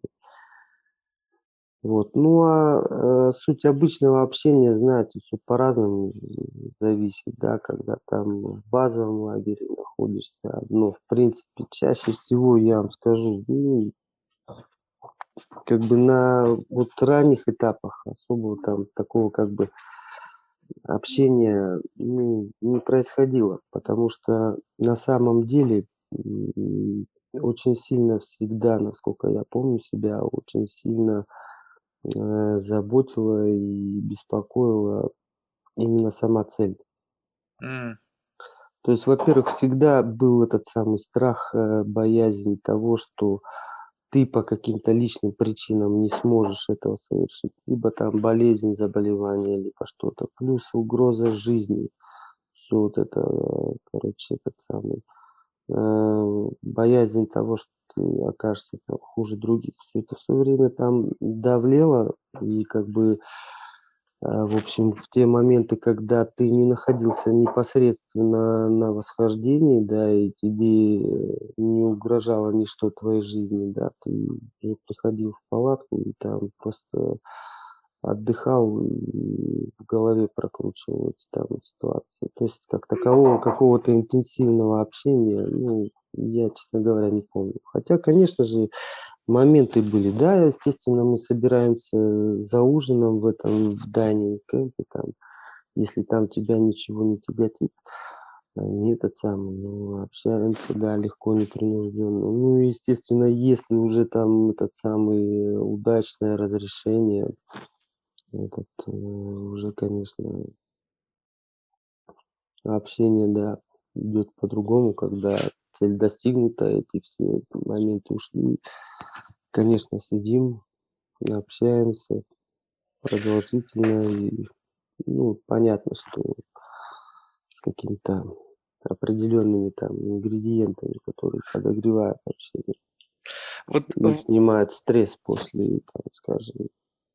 Вот. Ну, а, э, суть обычного общения, знаете, все по-разному зависит, да, когда там в базовом лагере находишься. Но, в принципе, чаще всего, я вам скажу, ну, как бы на вот ранних этапах особого там такого как бы общения, ну, не происходило, потому что на самом деле м, очень сильно всегда, насколько я помню себя, очень сильно э, заботила и беспокоила именно сама цель. М, То есть, во-первых, всегда был этот самый страх, э, боязнь того, что ты по каким-то личным причинам не сможешь этого совершить. Либо там болезнь, заболевание, либо что-то. Плюс угроза жизни. Все вот это, э, короче, этот самый, э, боязнь того, что ты окажешься там хуже других. Все это все время там давлело. И как бы А, в общем, в те моменты, когда ты не находился непосредственно на восхождении, да, и тебе э, не угрожало ничто твоей жизни, да, ты уже приходил в палатку и там просто отдыхал и в голове прокручивал эти там ситуации. То есть как такового какого-то интенсивного общения, ну, я, честно говоря, не помню. Хотя, конечно же, моменты были. Да, естественно, мы собираемся за ужином в этом, в дайнинг кемпе, там, если там тебя ничего не тяготит, а, не этот самый, ну, общаемся, да, легко, непринужденно. Ну, естественно, если уже там этот самый удачное разрешение, этот, э, уже, конечно, общение, да, идет по-другому, когда цель достигнута, эти все моменты ушли. Конечно, сидим, общаемся продолжительно и, ну, понятно, что с какими-то определенными там ингредиентами, которые подогревают общение Вот, и в- снимают стресс после, там, скажем,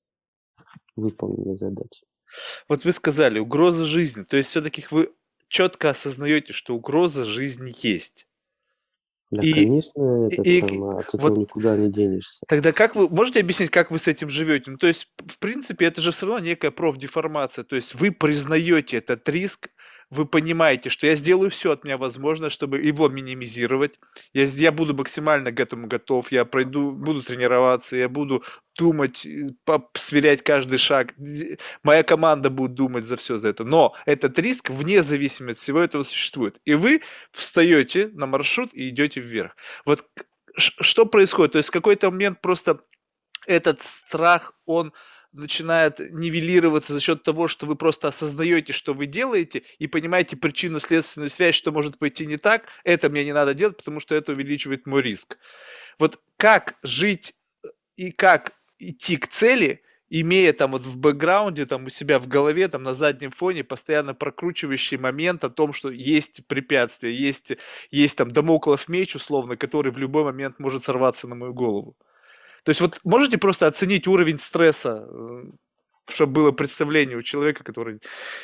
выполненной задачи. вот вы сказали, угроза жизни. То есть все-таки вы четко осознаете, что угроза жизни есть. Да, И, конечно, и, этот и самый, от этого вот никуда не денешься. тогда как вы можете объяснить, как вы с этим живете? Ну, то есть, в принципе, это же все равно некая профдеформация. То есть вы признаете этот риск, вы понимаете, что я сделаю все от меня возможное, чтобы его минимизировать. Я, с- я буду максимально к этому готов, я пройду, буду тренироваться, я буду думать, э, по- сверять каждый шаг. Д- Моя команда будет думать за все за это. Но этот риск, вне зависимости от всего этого, существует. И вы встаете на маршрут и идете вверх. Вот ш- что происходит? То есть в какой-то момент просто этот страх, он начинает нивелироваться за счет того, что вы просто осознаете, что вы делаете, и понимаете причинно-следственную связь, что может пойти не так, это мне не надо делать, потому что это увеличивает мой риск. Вот как жить и как идти к цели, имея там вот в бэкграунде, там у себя в голове, там на заднем фоне постоянно прокручивающий момент о том, что есть препятствия, есть, есть там дамоклов меч, условно, который в любой момент может сорваться на мою голову. То есть вот можете просто оценить уровень стресса, чтобы было представление у человека, который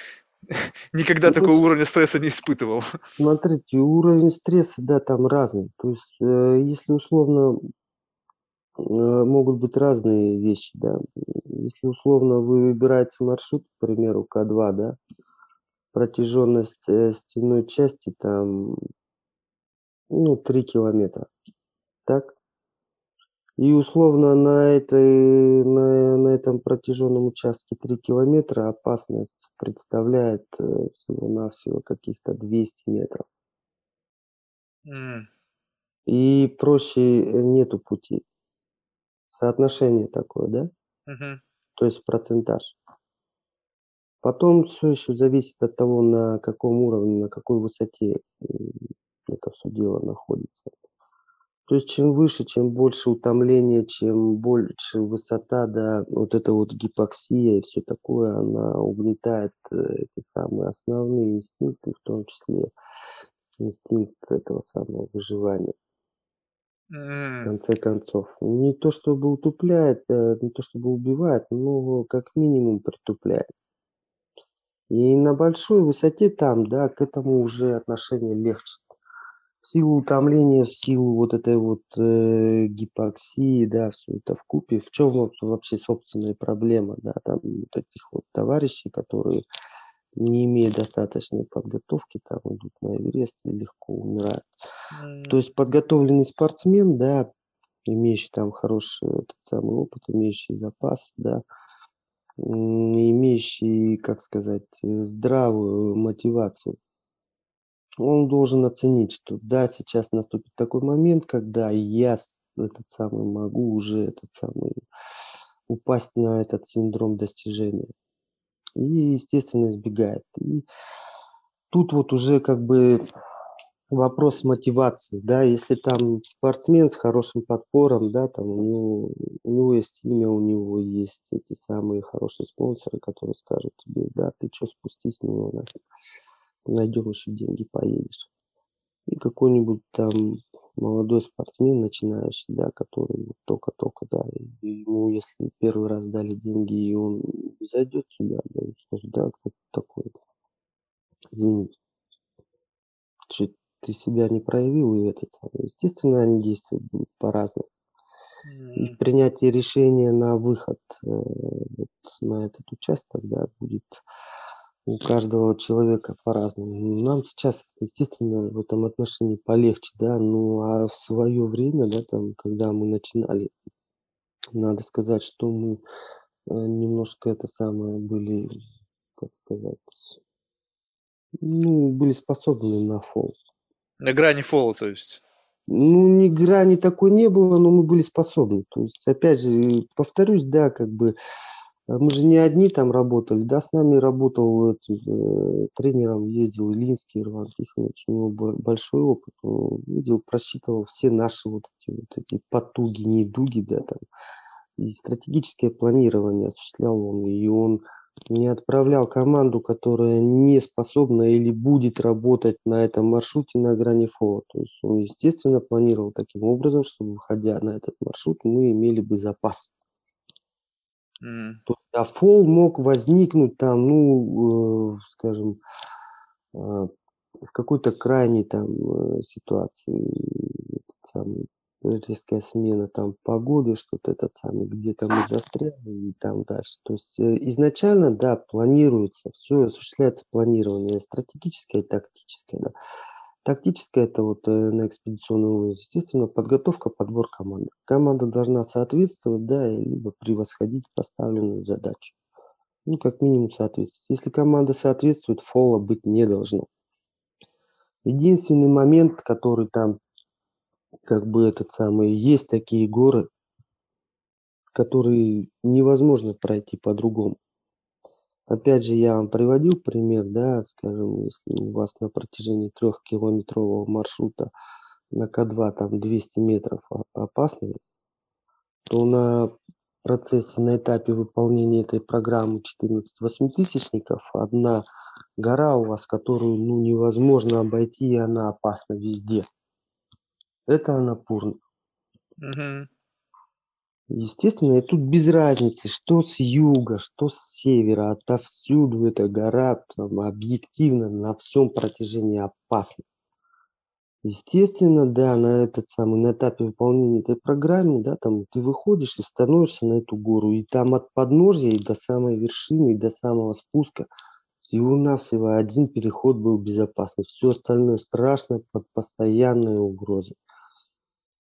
никогда Ну, такого уровня стресса не испытывал. смотрите, уровень стресса, да, там разный. То есть, э, если условно э, могут быть разные вещи, да. Если условно вы выбираете маршрут, к примеру, К два, да, протяженность э, стенной части там, ну, три километра. Так? И условно на этой на на этом протяженном участке три километра опасность представляет, э, всего-навсего каких-то двести метров. М. И проще, э, нету пути. Соотношение такое, да? Мгм. То есть процентаж. Потом все еще зависит от того, на каком уровне, на какой высоте, м, это все дело находится. То есть чем выше, чем больше утомление, чем больше высота, да, вот эта вот гипоксия и все такое, она угнетает, э, эти самые основные инстинкты, в том числе инстинкт этого самого выживания, в М. конце концов. Не то чтобы утупляет, э, не то чтобы убивает, но как минимум притупляет. И на большой высоте там, да, к этому уже отношение легче. В силу утомления, в силу вот этой вот, э, гипоксии, да, все это вкупе. В чем вот вообще собственная проблема, да, там вот этих вот товарищей, которые, не имея достаточной подготовки, там идут на Эверест и легко умирают. То М. есть подготовленный спортсмен, да, имеющий там хороший этот самый опыт, имеющий запас, да, м, имеющий, как сказать, э, здравую мотивацию. Он должен оценить, что да, сейчас наступит такой момент, когда я с этот самый могу уже этот самый упасть на этот синдром достижения. И, естественно, избегает. И тут вот уже как бы вопрос мотивации, да. Если там спортсмен с хорошим подпором, да, там у него у него есть имя, у него есть эти самые хорошие спонсоры, которые скажут тебе: "Да, ты чё, спустись с него нафиг, найдем еще деньги, поедешь". И какой-нибудь там молодой спортсмен начинающий, да, который вот только-только, да, и ему если первый раз дали деньги, и он зайдет сюда, да, и скажет: "Да, кто ты такой? Извините, чё ты себя не проявил?" И этот самый. Естественно, они действовать будут по-разному. И в М. принятии решения на выход, э, вот на этот участок, да, будет у каждого человека по-разному. Нам сейчас, естественно, в этом отношении полегче, да. Ну, а в свое время, да, там, когда мы начинали, надо сказать, что мы, э, немножко это самое были, как сказать, ну, были способны на фол. На грани фола, то есть. Ну, ни грани такой не было, но мы были способны. То есть, опять же, повторюсь, да, как бы, а мы же не одни там работали, да, с нами работал этот, э, тренером ездил Ильинский Иван Тихонович, у него бо большой опыт, он видел, просчитывал все наши вот эти вот эти потуги, недуги, да, там. И стратегическое планирование осуществлял он, и он не отправлял команду, которая не способна или будет работать на этом маршруте на грани фола. То есть он, естественно, планировал таким образом, чтобы, выходя на этот маршрут, мы имели бы запас. М. То есть, а фол мог возникнуть там, ну, э, скажем, а, в какой-то крайней там, э, ситуации, этот самый, резкая смена там погоды, что-то этот самый, где-то мы застряли и там дальше. То есть, э, изначально, да, планируется, все осуществляется планирование стратегическое и тактическое, да. Тактическое — это вот, э, на экспедиционном уровне, естественно, подготовка, подбор команды. Команда должна соответствовать, да, и либо превосходить поставленную задачу. Ну, как минимум соответствовать. Если команда соответствует, фола быть не должно. Единственный момент, который там, как бы этот самый, есть такие горы, которые невозможно пройти по-другому. Опять же, я вам приводил пример, да, скажем, если у вас на протяжении трехкилометрового маршрута на К два там двести метров о- опасно, то на процессе, на этапе выполнения этой программы четырнадцать восьмитысячников одна гора у вас, которую ну, невозможно обойти, и она опасна везде. Это Анапурна. Мгм. Естественно, и тут без разницы, что с юга, что с севера, отовсюду эта гора там, объективно на всем протяжении опасна. Естественно, да, на этот самый, на этапе выполнения этой программы, да, там ты выходишь и становишься на эту гору, и там от подножья и до самой вершины, и до самого спуска всего-навсего один переход был безопасный. Все остальное страшно под постоянной угрозой.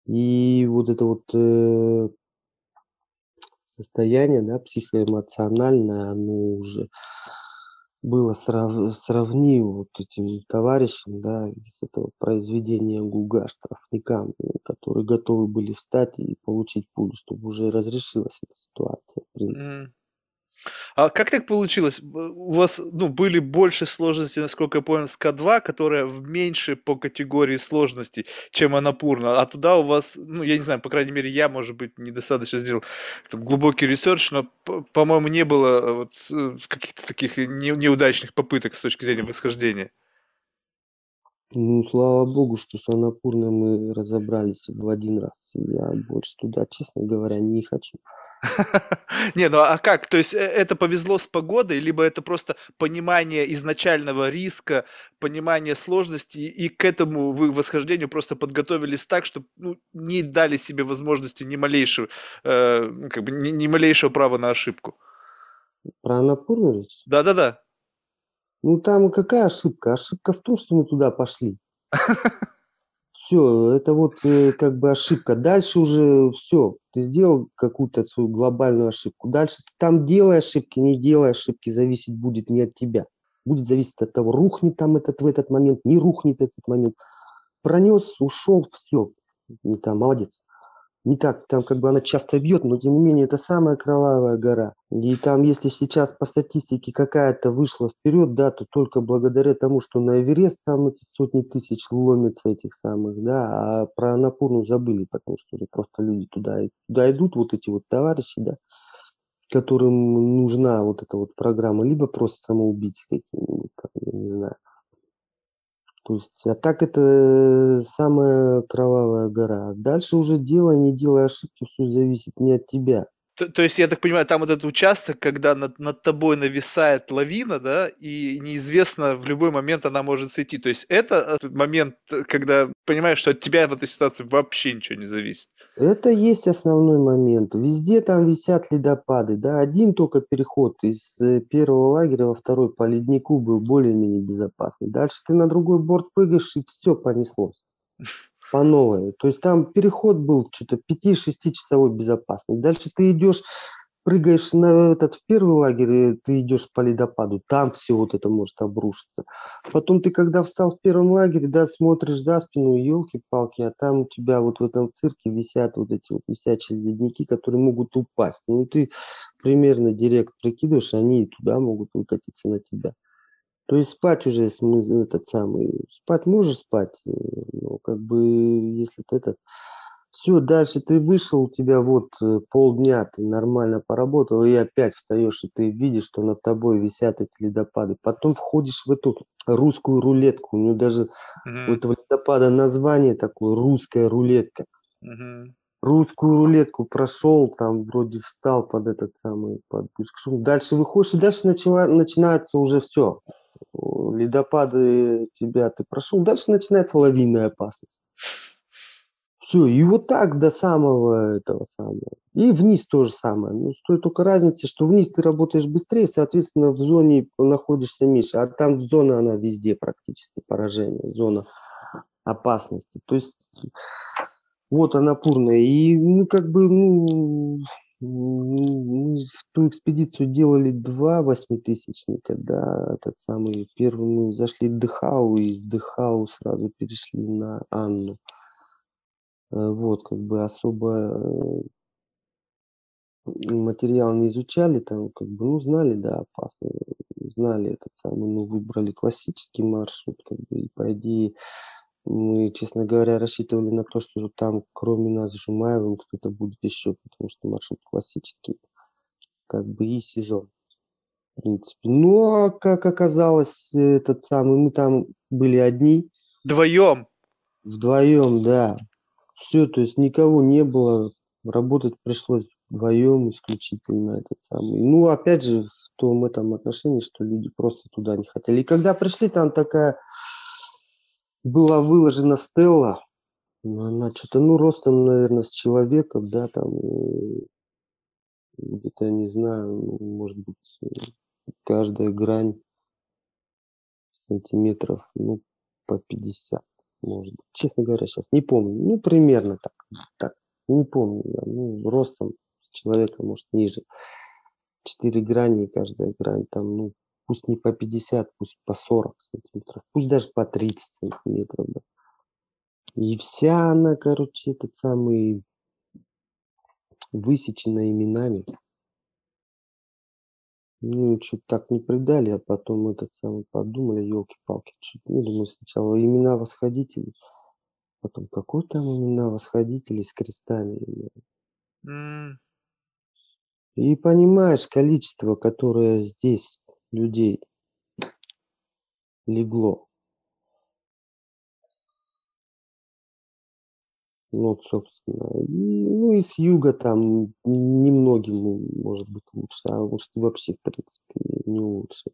И вот это вот э, состояние, да, психоэмоциональное, оно уже было срав- сравнимо вот этим товарищам, да, из этого произведения Гуга штрафникам, э, которые готовы были встать и получить пулю, чтобы уже разрешилась эта ситуация, в принципе. Мгм. А как так получилось? Б- У вас, ну, были больше сложностей, насколько я понял, с К два, которая в меньше по категории сложностей, чем Анапурна, а туда у вас, ну, я не знаю, по крайней мере, я, может быть, недостаточно сделал там глубокий ресерч, но, п- по-моему, не было э, вот э, каких-то таких не- неудачных попыток с точки зрения восхождения. Ну, слава богу, что с Анапурной мы разобрались в один раз. Я больше туда, честно говоря, не хочу. Не, ну а как? То есть э, это повезло с погодой, либо это просто понимание изначального риска, понимание сложности, и к этому вы восхождению просто подготовились так, чтобы ну, не дали себе возможности ни малейшего, э, ну, как бы ни, ни малейшего права на ошибку. Про Анапурну речь? Да-да-да. Ну, там какая ошибка? Ошибка в том, что мы туда пошли. Все, это вот э, как бы ошибка. Дальше уже все. Ты сделал какую-то свою глобальную ошибку. Дальше ты там делай ошибки, не делай ошибки, зависеть будет не от тебя. Будет зависеть от того, рухнет там этот в этот момент, не рухнет этот момент. Пронес, ушел, все. Не там, молодец. Не так, там как бы она часто бьет, но тем не менее это самая кровавая гора. И там, если сейчас по статистике какая-то вышла вперед, да, то только благодаря тому, что на Эверест там эти сотни тысяч ломятся этих самых, да, а про Анапурну забыли, потому что уже просто люди туда, и- туда идут, вот эти вот товарищи, да, которым нужна вот эта вот программа, либо просто самоубийцы какие-нибудь, там, я не знаю. То есть, а так это э, самая кровавая гора. Дальше уже делай, не делай ошибки, все зависит не от тебя. То, то есть, я так понимаю, там вот этот участок, когда над, над тобой нависает лавина, да, и неизвестно, в любой момент она может сойти. То есть, это э, момент, э, когда понимаешь, что от тебя в этой ситуации вообще ничего не зависит. Это есть основной момент. Везде там висят ледопады. Да? Один только переход из э, первого лагеря во второй по леднику был более-менее безопасный. Дальше ты на другой борт прыгаешь, и все понеслось по новой. То есть там переход был что-то пяти-шестичасовой безопасный. Дальше ты идешь, прыгаешь на этот в первый лагерь, и ты идешь по ледопаду, там все вот это может обрушиться. Потом ты, когда встал в первом лагере, да, смотришь за спину, елки-палки, а там у тебя вот в этом цирке висят вот эти вот висячие ледники, которые могут упасть. Ну, ты примерно директ прикидываешь, они и туда могут выкатиться на тебя. То есть спать уже, смы- этот самый, спать можешь спать, э, но как бы, если ты этот, все, дальше ты вышел, у тебя вот э, полдня ты нормально поработал, и опять встаешь, и ты видишь, что над тобой висят эти ледопады. Потом входишь в эту русскую рулетку, у нее даже у Мгм, этого ледопада название такое, русская рулетка. мгм. Русскую рулетку прошел, там вроде встал под этот самый, под шум. Дальше выходишь, и дальше начала- начинается уже все. Ледопады тебя ты прошел, дальше начинается лавинная опасность. Все, и вот так до самого этого самого. И вниз то же самое. Ну, с той только разницы, что вниз ты работаешь быстрее, соответственно, в зоне находишься меньше. А там зона, она везде практически поражение, зона опасности. То есть вот она пурная. И, ну, как бы, ну, м, в ту экспедицию делали два восьмитысячника, да, этот самый первый мы зашли в Дыхау, и из Дыхау сразу перешли на Анну. Э, Вот, как бы особо э, материал не изучали, там, как бы, ну, знали, да, опасно, знали этот самый, ну, выбрали классический маршрут, как бы, и, по идее, мы, честно говоря, рассчитывали на то, что там, кроме нас, с Жумаевым, кто-то будет еще, потому что маршрут классический, как бы, и сезон, в принципе. Ну, а как оказалось, э, этот самый, мы там были одни, Вдвоем. вдвоем, да. Все, то есть никого не было. Работать пришлось вдвоем исключительно этот самый. Ну, опять же, в том этом отношении, что люди просто туда не хотели. И когда пришли, там такая была выложена стелла. Ну, она что-то, ну, ростом, наверное, с человека, да, там, э, где-то, я не знаю, ну, может быть, э, каждая грань сантиметров, ну, по пятьдесят. может быть. Честно говоря, сейчас не помню. Ну, примерно так. Так, не помню я. Ну, ростом человека, может, ниже. Четыре грани, и каждая грань там, ну, пусть не по пятьдесят, пусть по сорок сантиметров, пусть даже по тридцать сантиметров, да. И вся она, короче, этот самый высечена именами. Ну, чё-то так не придали, а потом этот самый подумали, ёлки-палки, чё ну, думаю, сначала имена восходителей, потом какой там имена восходителей с крестами, э. М. И понимаешь, количество, которое здесь людей легло. Ну вот, собственно, и, ну, и с юга там н немногим, ну, может быть, лучше, а может, и вообще, в принципе, не лучше.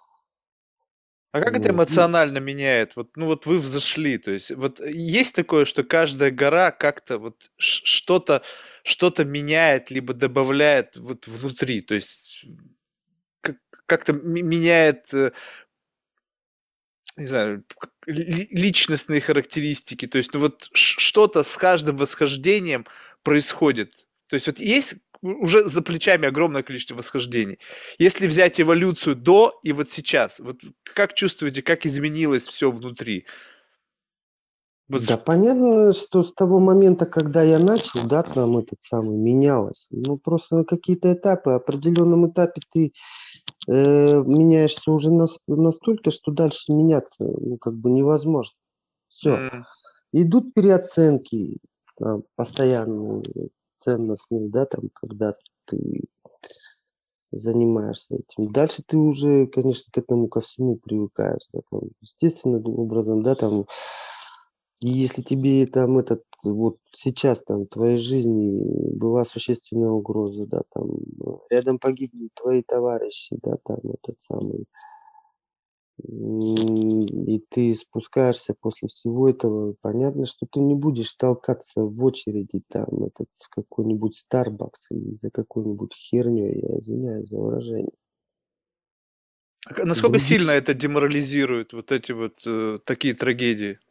А как это Вот, ну эмоционально меняет? Вот, ну, вот вы взошли, то есть вот есть такое, что каждая гора как-то вот ш что-то что-то меняет либо добавляет вот внутри, то есть как как-то ме меняет, э не знаю, к ли личностные характеристики, то есть, ну, вот ш что-то с каждым восхождением происходит. То есть вот есть у уже за плечами огромное количество восхождений. Если взять эволюцию до и вот сейчас, вот как чувствуете, как изменилось всё внутри? Вот Да, ш понятно, что с того момента, когда я начал, да, там этот самый, менялось. Ну, просто на какие-то этапы, определенном этапе ты, э, меняешься уже нас настолько, что дальше меняться, ну, как бы невозможно. Всё. М. Идут переоценки, там, постоянные, ценностные, да, там, когда ты занимаешься этим. Дальше ты уже, конечно, к этому ко всему привыкаешь, да, там, естественным образом, да, там. И если тебе там этот вот сейчас там в твоей жизни была существенная угроза, да, там, рядом погибли твои товарищи, да, там, этот самый м, и ты спускаешься после всего этого, понятно, что ты не будешь толкаться в очереди там, этот, в какой-нибудь "Старбакс" или за какой-нибудь херней, я извиняюсь за выражение. А ка насколько Други сильно это деморализирует, вот эти вот, э, такие трагедии?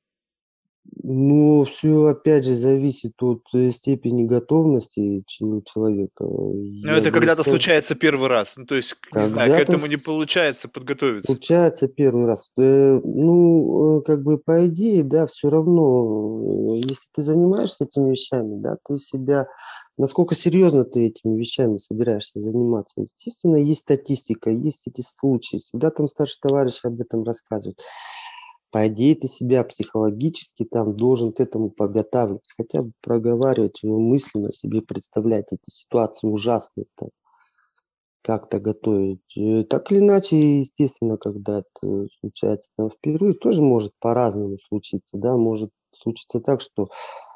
Ну, всё опять же зависит от, э, степени готовности чело человека. Ну, Я это бы не когда-то сказал случается первый раз. Ну, то есть, к не знаю, к Когда-то этому не с получается подготовиться. случается первый раз. Э, ну, э, как бы, по идее, да, всё равно, э, если ты занимаешься этими вещами, да, ты себя насколько серьезно ты этими вещами собираешься заниматься. Естественно, есть статистика, есть эти случаи, всегда там старший товарищ об этом рассказывает. По идее, ты себя психологически там должен к этому подготавливать, хотя бы проговаривать его мысленно, себе представлять эти ситуации ужасные там. Как-то готовить. Э, так или иначе, естественно, когда это случается там впервые, тоже может по-разному случиться, да. Может случиться так, что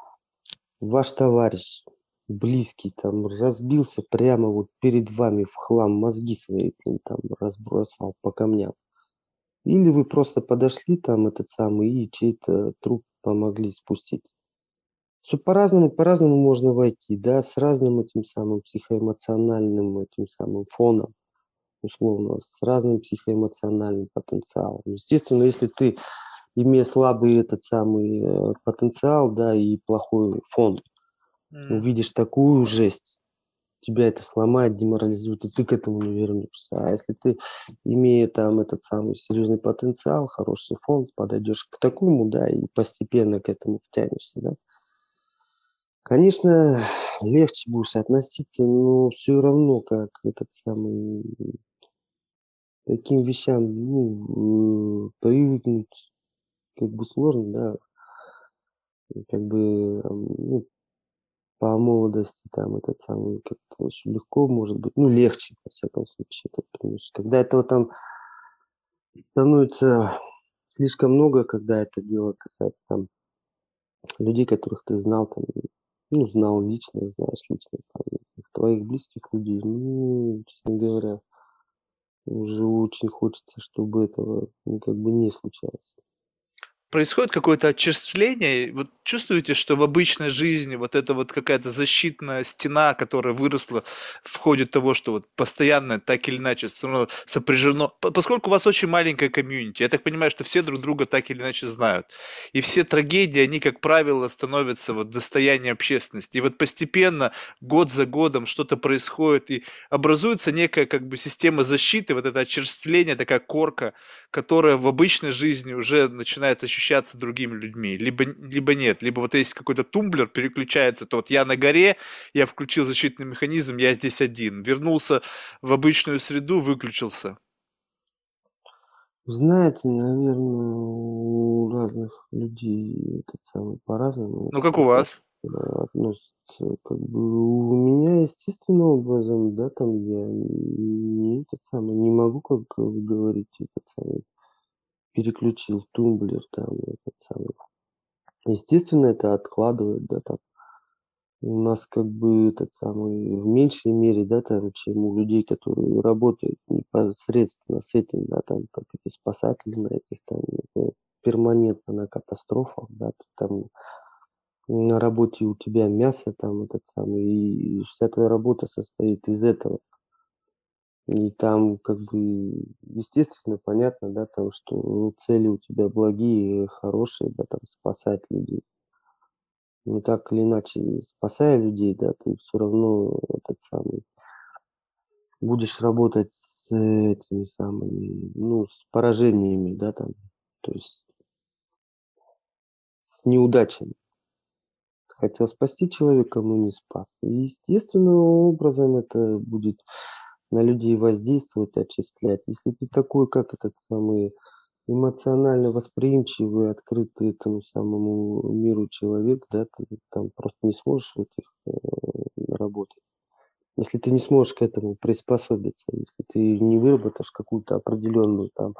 ваш товарищ близкий там разбился прямо вот перед вами в хлам, мозги свои им там разбросал по камням. Или вы просто подошли там, этот самый, и чей-то труп помогли спустить. Всё по-разному по-разному можно войти, да, с разным этим самым психоэмоциональным этим самым фоном, условно, с разным психоэмоциональным потенциалом. Естественно, если ты, имея слабый этот самый, э, потенциал, да, и плохой фон, М. увидишь такую жесть, тебя это сломает, деморализует, и ты к этому не вернешься. А если ты, имея там этот самый серьезный потенциал, хороший фон, подойдешь к такому, да, и постепенно к этому втянешься, да конечно, легче будешь относиться, но всё равно, как этот самый таким вещам, ну, э, привыкнуть как бы сложно, да. И как бы, ам, ну, по молодости там этот самый как-то очень легко, может быть, ну, легче, во всяком случае, это потому что когда этого там становится слишком много, когда это дело касается там людей, которых ты знал там, ну, знал лично, знаешь лично там, твоих близких людей, ну, честно говоря уже очень хочется, чтобы этого, ну, как бы не случалось. происходит какое-то очерствление. Вот чувствуете, что в обычной жизни вот эта вот какая-то защитная стена, которая выросла в ходе того, что вот постоянно так или иначе всё равно сопряжено. По- Поскольку у вас очень маленькая комьюнити, я так понимаю, что все друг друга так или иначе знают. И все трагедии, они, как правило, становятся вот достоянием общественности. И вот постепенно, год за годом что-то происходит, и образуется некая как бы система защиты, вот это очерствление, такая корка, которая в обычной жизни уже начинает ощущаться другими людьми. Либо, либо нет, либо вот есть какой-то тумблер, переключается, то вот я на горе, я включил защитный механизм, я здесь один. Вернулся в обычную среду, выключился. Знаете, наверное, у разных людей этот самый по-разному Ну, как к у этому, вас? э, относятся. Как бы у меня естественным образом, да, там я не этот самый, не могу, как вы говорите, этот самый, переключил тумблер, там, этот самый. Естественно, это откладывает, да, там. У нас как бы этот самый в меньшей мере, да, там, чем у людей, которые работают непосредственно с этим, да, там, как эти спасатели на этих там, э, перманентно на катастрофах, да, ты там на работе у тебя мясо там этот самый, и вся твоя работа состоит из этого. И там как бы естественно, понятно, да, там, что ну, цели у тебя благие, хорошие, да, там, спасать людей. Ну, так или иначе, спасая людей, да, ты все равно этот самый будешь работать с этими самыми, ну, с поражениями, да, там, то есть с неудачами. Хотел спасти человека, но не спас. И естественным образом это будет на людей воздействовать, отчислять. Если ты такой, как этот самый эмоционально восприимчивый, открытый этому самому миру человек, да, ты там просто не сможешь в этих э, работать. Если ты не сможешь к этому приспособиться, если ты не выработаешь какую-то определенную там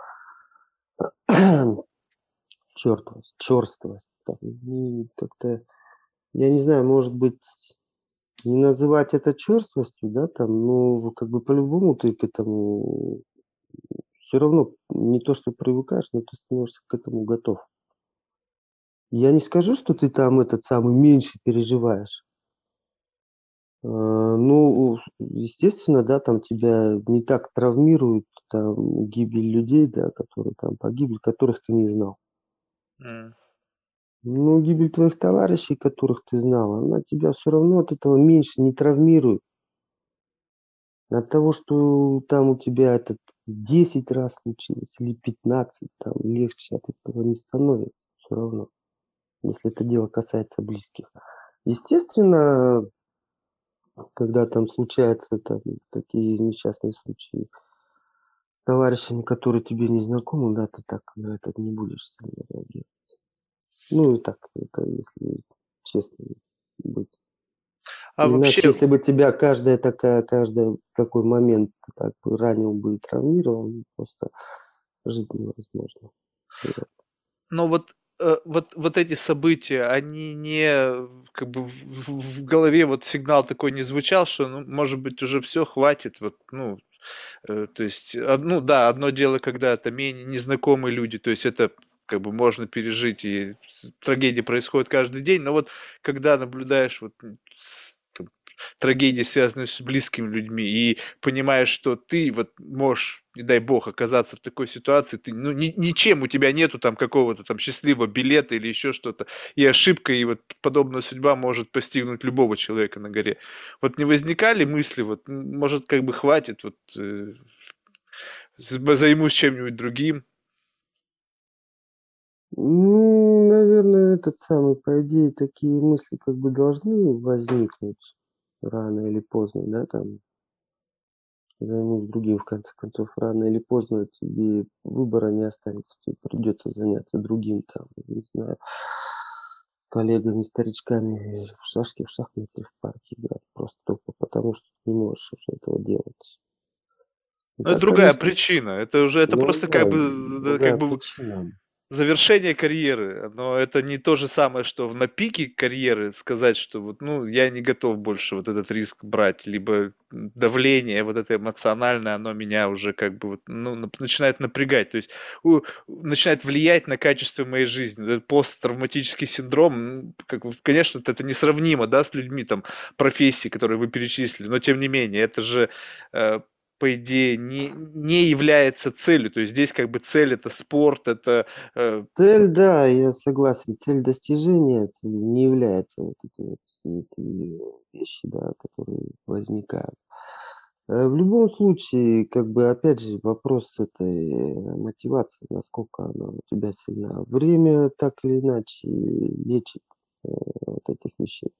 чёртвость чёрствость, там, ну, как-то, я не знаю, может быть, не называть это чёрствостью, да, там, но как бы по-любому ты к этому все равно не то что привыкаешь, но ты становишься к этому готов. Я не скажу, что ты там этот самый меньше переживаешь. А, ну, естественно, да, там тебя не так травмирует там гибель людей, да, которые там погибли, которых ты не знал. М. Но гибель твоих товарищей, которых ты знал, она тебя все равно от этого меньше не травмирует. От того, что там у тебя этот десять раз случилось или пятнадцать, там легче от этого не становится все равно, если это дело касается близких. Естественно, когда там случаются там такие несчастные случаи с товарищами, которые тебе не знакомы, да, ты так на это не будешь сильно реагировать. Ну и так, это если честно быть. А Иначе, вообще, если бы тебя каждая такая каждый такой момент так бы ранил бы и травмировал, ну, просто жить невозможно. Вот. но вот, э, вот, вот эти события, они не, э, как бы в, в- в голове вот сигнал такой не звучал, что, ну, может быть, уже все, хватит, вот, ну, Э, то есть, од ну да, одно дело, когда это менее незнакомые люди, то есть это как бы можно пережить, и с трагедии происходят каждый день, но вот когда наблюдаешь вот, м, с там трагедии, связанные с близкими людьми, и понимаешь, что ты вот можешь, не дай бог, оказаться в такой ситуации, ты, ну, ни ничем у тебя нету там какого-то там счастливого билета или еще что-то, и ошибка, и вот подобная судьба может постигнуть любого человека на горе. Вот не возникали мысли, вот, м, может, как бы хватит, вот, э, з- займусь чем-нибудь другим. Ну, наверное, этот самый, по идее, такие мысли как бы должны возникнуть рано или поздно, да, там, займусь другим, в конце концов, рано или поздно тебе выбора не останется, тебе придется заняться другим, там, не знаю, с коллегами, старичками в шашки, в шахматы, в парке играть, просто только потому, что ты не можешь уже этого делать. Ну Но это так, другая конечно, причина. Это уже, это ну просто как да, бы, да, как другая бы причина. завершение карьеры, но это не то же самое, что в на пике карьеры сказать, что вот, ну, я не готов больше вот этот риск брать, либо давление вот это эмоциональное, оно меня уже как бы вот, ну, нап- начинает напрягать, то есть у- начинает влиять на качество моей жизни. Этот посттравматический синдром, м, как, бы, конечно, это несравнимо, да, с людьми там профессий, которые вы перечислили, но тем не менее, это же э, по идее, не, не является целью. То есть здесь как бы цель это спорт, это э, Цель, да, я согласен, цель достижения цели не является вот эти вот все эти вещи, да, которые возникают. Э, В любом случае, как бы, опять же, вопрос этой э, мотивации, насколько она у тебя сильна. Время так или иначе лечит э, вот этих вещей.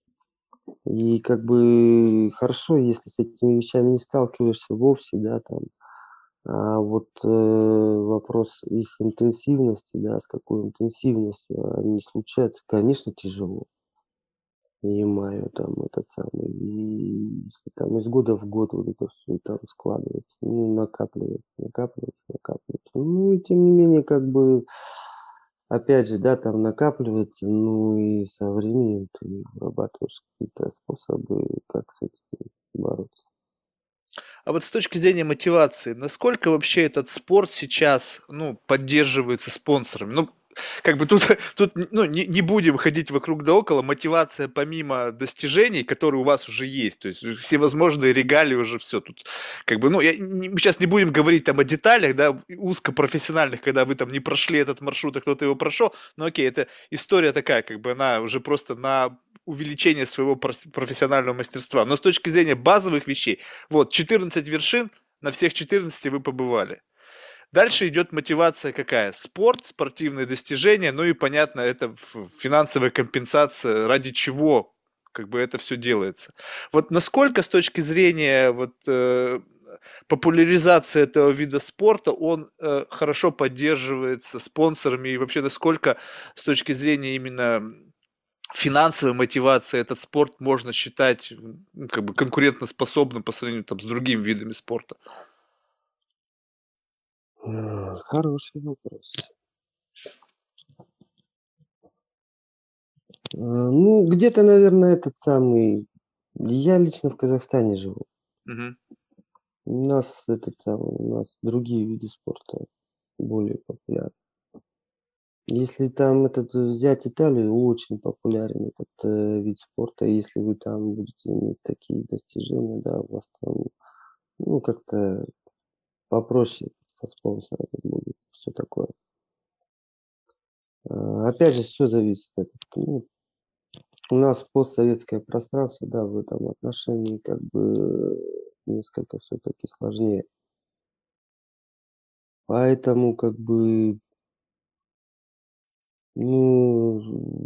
И как бы хорошо, если с этими вещами не сталкиваешься вовсе, да, там, а вот, э, вопрос их интенсивности, да, с какой интенсивностью они случаются, конечно, тяжело. Понимаю, там этот самый, и если там из года в год вот это все там складывается, ну, накапливается, накапливается, накапливается. Ну и тем не менее, как бы, опять же, да, там накапливается, ну и со временем ты вырабатываешь какие-то способы, как с этим бороться. А вот с точки зрения мотивации, насколько вообще этот спорт сейчас, ну, поддерживается спонсорами? Ну, как бы тут, тут ну, не, не будем ходить вокруг да около, мотивация помимо достижений, которые у вас уже есть, то есть всевозможные регалии уже все тут, как бы, ну, я, не- мы сейчас не будем говорить там о деталях, да, узкопрофессиональных, когда вы там не прошли этот маршрут, а кто-то его прошел, но окей, это история такая, как бы она уже просто на увеличение своего прос- профессионального мастерства. Но с точки зрения базовых вещей, вот, четырнадцать вершин, на всех четырнадцати вы побывали. Дальше идет мотивация какая? Спорт, спортивные достижения, ну и, понятно, это ф- финансовая компенсация, ради чего как бы это все делается. Вот насколько с точки зрения вот, э, популяризации этого вида спорта он э, хорошо поддерживается спонсорами и вообще насколько с точки зрения именно финансовой мотивации этот спорт можно считать ну, как бы конкурентоспособным по сравнению там, с другими видами спорта? М, Хороший вопрос. Э, Ну, где-то, наверное, этот самый. Я лично в Казахстане живу. Мгм. У нас этот самый, у нас другие виды спорта более популярны. Если там этот э, взять Италию, очень популярен этот э, вид спорта. Если вы там будете иметь такие достижения, да, у вас там, ну, как-то попроще со спонсорами будет, все такое. А, Опять же, все зависит от, ну, у нас постсоветское пространство, да, в этом отношении как бы несколько все-таки сложнее. Поэтому как бы, ну,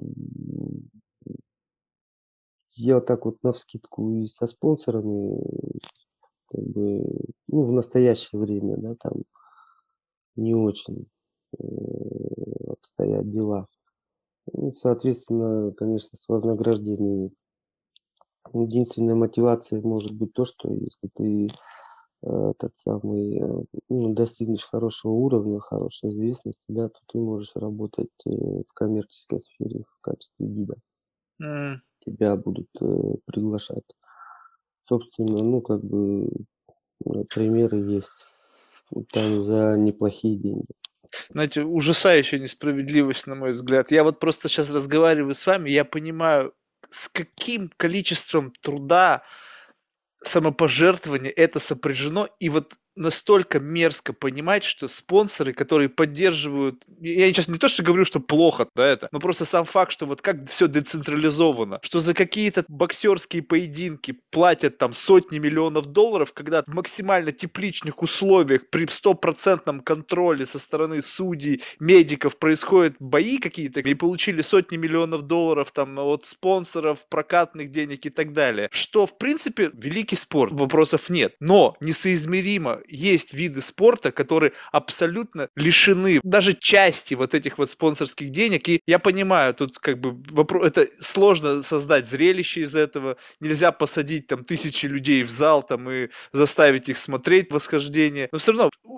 я так вот навскидку и со спонсорами, как бы, ну, в настоящее время, да, там не очень э, обстоят дела. Ну, соответственно, конечно, с вознаграждением. Единственная мотивация может быть то, что если ты э, тот самый, э, ну, достигнешь хорошего уровня, хорошей известности, да, то ты можешь работать э, в коммерческой сфере в качестве гида. М. Тебя будут э, приглашать. Собственно, ну, как бы э, примеры есть. Там за неплохие деньги. Знаете, ужасающая несправедливость, на мой взгляд. Я вот просто сейчас разговариваю с вами, я понимаю, с каким количеством труда самопожертвование это сопряжено, и вот настолько мерзко понимать, что спонсоры, которые поддерживают, я сейчас не то, что говорю, что плохо, да, это, но просто сам факт, что вот как все децентрализовано, что за какие-то боксерские поединки платят там сотни миллионов долларов, когда в максимально тепличных условиях при стопроцентном контроле со стороны судей, медиков происходят бои какие-то, и получили сотни миллионов долларов там от спонсоров, прокатных денег и так далее. Что, в принципе, великий спорт, вопросов нет. Но несоизмеримо есть виды спорта, которые абсолютно лишены даже части вот этих вот спонсорских денег. И я понимаю, тут как бы вопрос, это сложно создать зрелище из этого. Нельзя посадить там тысячи людей в зал там и заставить их смотреть восхождение. Но все равно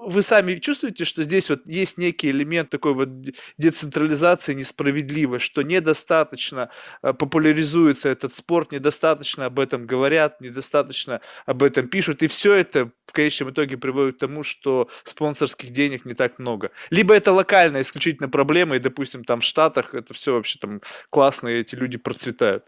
вы сами чувствуете, что здесь вот есть некий элемент такой вот де- децентрализации несправедливой, что недостаточно э, популяризуется этот спорт, недостаточно об этом говорят, недостаточно об этом пишут, и все это в конечном итоге приводит к тому, что спонсорских денег не так много. Либо это локальная исключительно проблема, и, допустим, там в Штатах это все вообще там классно, и эти люди процветают.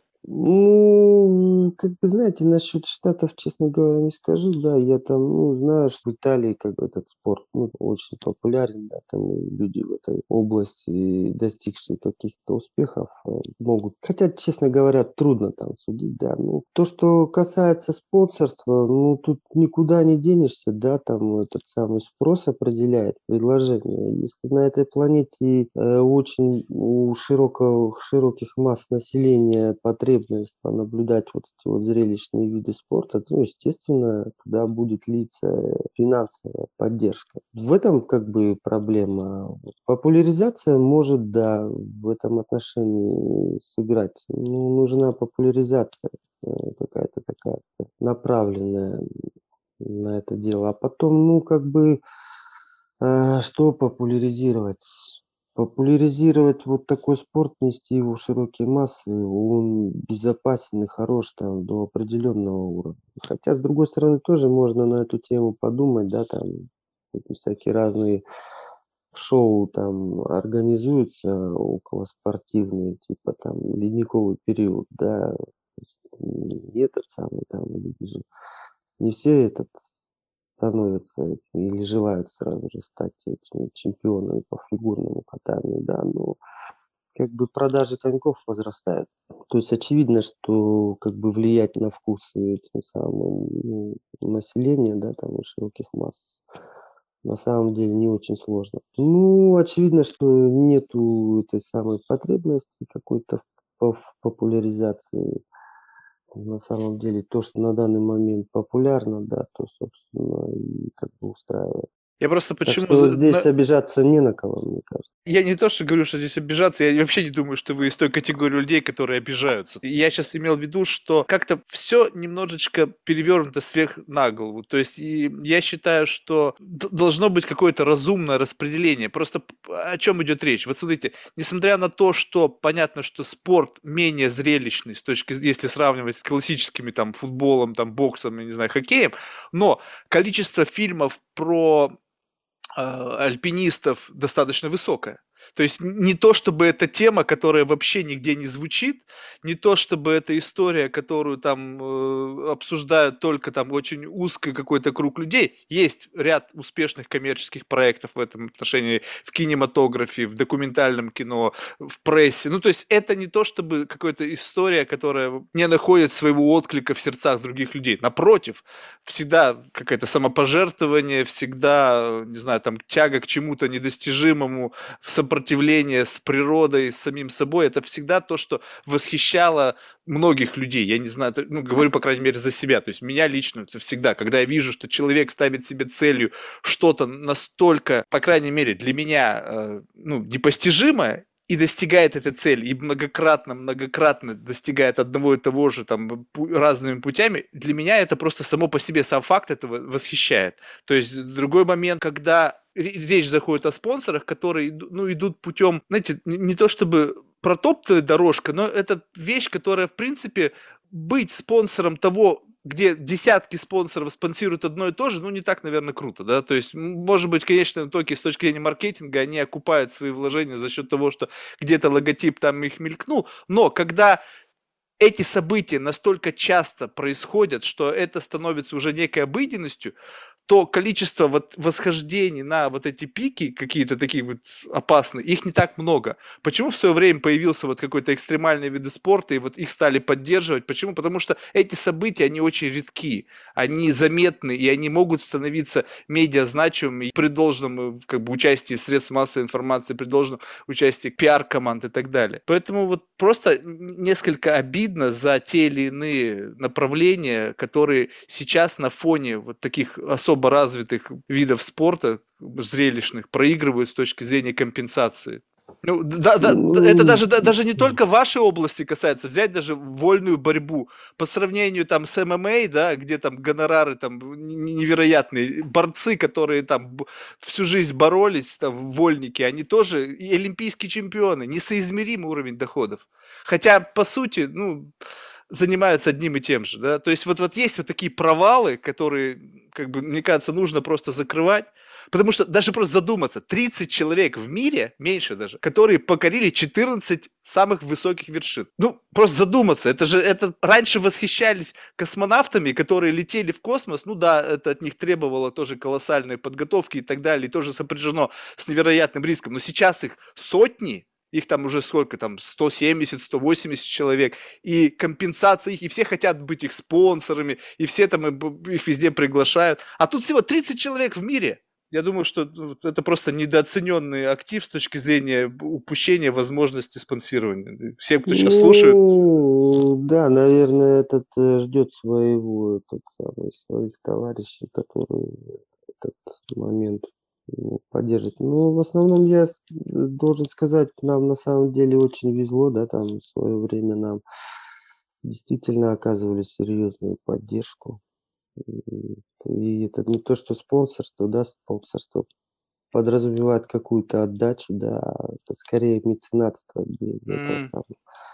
Ну, как бы, знаете, насчет Штатов, честно говоря, не скажу. Да, я там, ну, знаю, что в Италии как бы этот спорт, ну, очень популярен, да, там и люди в этой области, достигшие каких-то успехов, э, могут. Хотя, честно говоря, трудно там судить, да. Ну, то, что касается спонсорства, ну, тут никуда не денешься, да, там этот самый спрос определяет предложение. Если на этой планете э, очень у широкого, широких масс населения потребность наблюдать вот эти вот зрелищные виды спорта, то, естественно, туда будет литься финансовая поддержка. В этом как бы проблема. Популяризация может, да, в этом отношении сыграть. Ну, нужна популяризация э, какая-то такая направленная на это дело. А потом, ну, как бы, э, что популяризировать? Популяризировать вот такой спорт, нести его в широкие массы, он безопасен и хорош там до определенного уровня. Хотя, с другой стороны, тоже можно на эту тему подумать, да, там эти всякие разные шоу там организуются околоспортивные, типа там ледниковый период, да, то есть, м, и этот самый там люди же не все этот становятся этими или желают сразу же стать этими чемпионами по фигурному катанию, да, но как бы продажи коньков возрастают. То есть очевидно, что как бы влиять на вкусы этим самым ну, населения, да, там и широких масс на самом деле не очень сложно. Ну, очевидно, что нету этой самой потребности какой-то в, по- в популяризации. На самом деле, то, что на данный момент популярно, да, то, собственно, и как бы устраивает. Я просто Так почему что за- здесь на- обижаться не на кого, мне кажется. Я не то, что говорю, что здесь обижаться, я вообще не думаю, что вы из той категории людей, которые обижаются. Я сейчас имел в виду, что как-то все немножечко перевернуто сверх на голову. То есть и я считаю, что д- должно быть какое-то разумное распределение. Просто п- о чем идет речь? Вот смотрите, несмотря на то, что понятно, что спорт менее зрелищный с точки, з- если сравнивать с классическими там футболом, там боксом, я не знаю, хоккеем, но количество фильмов про а, альпинистов достаточно высокая. То есть не то, чтобы это тема, которая вообще нигде не звучит, не то, чтобы это история, которую там э, обсуждают только там очень узкий какой-то круг людей. Есть ряд успешных коммерческих проектов в этом отношении в кинематографе, в документальном кино, в прессе. Ну, то есть это не то, чтобы какая-то история, которая не находит своего отклика в сердцах других людей. Напротив, всегда какое-то самопожертвование, всегда, не знаю, там тяга к чему-то недостижимому, сопротивление с природой, с самим собой, это всегда то, что восхищало многих людей. Я не знаю, это, ну, говорю, по крайней мере, за себя. То есть меня лично это всегда, когда я вижу, что человек ставит себе целью что-то настолько, по крайней мере, для меня, э, ну, непостижимое, и достигает этой цели, и многократно, многократно достигает одного и того же там пу- разными путями, для меня это просто само по себе, сам факт этого восхищает. То есть другой момент, когда ре- речь заходит о спонсорах, которые иду- ну, идут путем, знаете, не, не то чтобы протоптанная дорожка, но это вещь, которая, в принципе, быть спонсором того, где десятки спонсоров спонсируют одно и то же, ну, не так, наверное, круто, да, то есть, м, может быть, в конечном итоге, с точки зрения маркетинга, они окупают свои вложения за счет того, что где-то логотип там их мелькнул, но когда эти события настолько часто происходят, что это становится уже некой обыденностью, то количество вот восхождений на вот эти пики, какие-то такие вот опасные, их не так много. Почему в свое время появился вот какой-то экстремальный виды спорта, и вот их стали поддерживать? Почему? Потому что эти события, они очень редки, они заметны, и они могут становиться медиа значимыми при должном э, как бы, участии средств массовой информации, при должном участии пиар-команд и так далее. Поэтому вот просто несколько обидно за те или иные направления, которые сейчас на фоне вот таких особо развитых видов спорта, зрелищных, проигрывают с точки зрения компенсации. Ну, да, да, д- это Ну, даже, да- даже не только вашей области касается. Взять даже вольную борьбу. По сравнению там с эм эм а, да, где там гонорары там н- невероятные. Борцы, которые там б- всю жизнь боролись, там, вольники, они тоже и олимпийские чемпионы. Несоизмеримый уровень доходов. Хотя, по сути, ну, занимаются одним и тем же, да. То есть вот, вот есть вот такие провалы, которые, как бы, мне кажется, нужно просто закрывать. Потому что даже просто задуматься, тридцать человек в мире, меньше даже, которые покорили четырнадцать самых высоких вершин. Ну, просто задуматься, это же, это раньше восхищались космонавтами, которые летели в космос, ну да, это от них требовало тоже колоссальной подготовки и так далее, и тоже сопряжено с невероятным риском, но сейчас их сотни, их там уже сколько там, сто семьдесят, сто восемьдесят человек, и компенсация их, и все хотят быть их спонсорами, и все там их везде приглашают, а тут всего тридцать человек в мире. Я думаю, что ну, это просто недооцененный актив с точки зрения упущения возможности спонсирования. Все, кто сейчас слушают, ну, да, наверное, этот э, ждет своего, этот самый, своих товарищей, которые этот момент ну, поддержат. Ну, в основном я с- должен сказать, нам на самом деле очень везло, да, там в свое время нам действительно оказывали серьезную поддержку. И и это не то, что спонсорство, да, спонсорство подразумевает какую-то отдачу, да, это скорее меценатство без этого м, самого,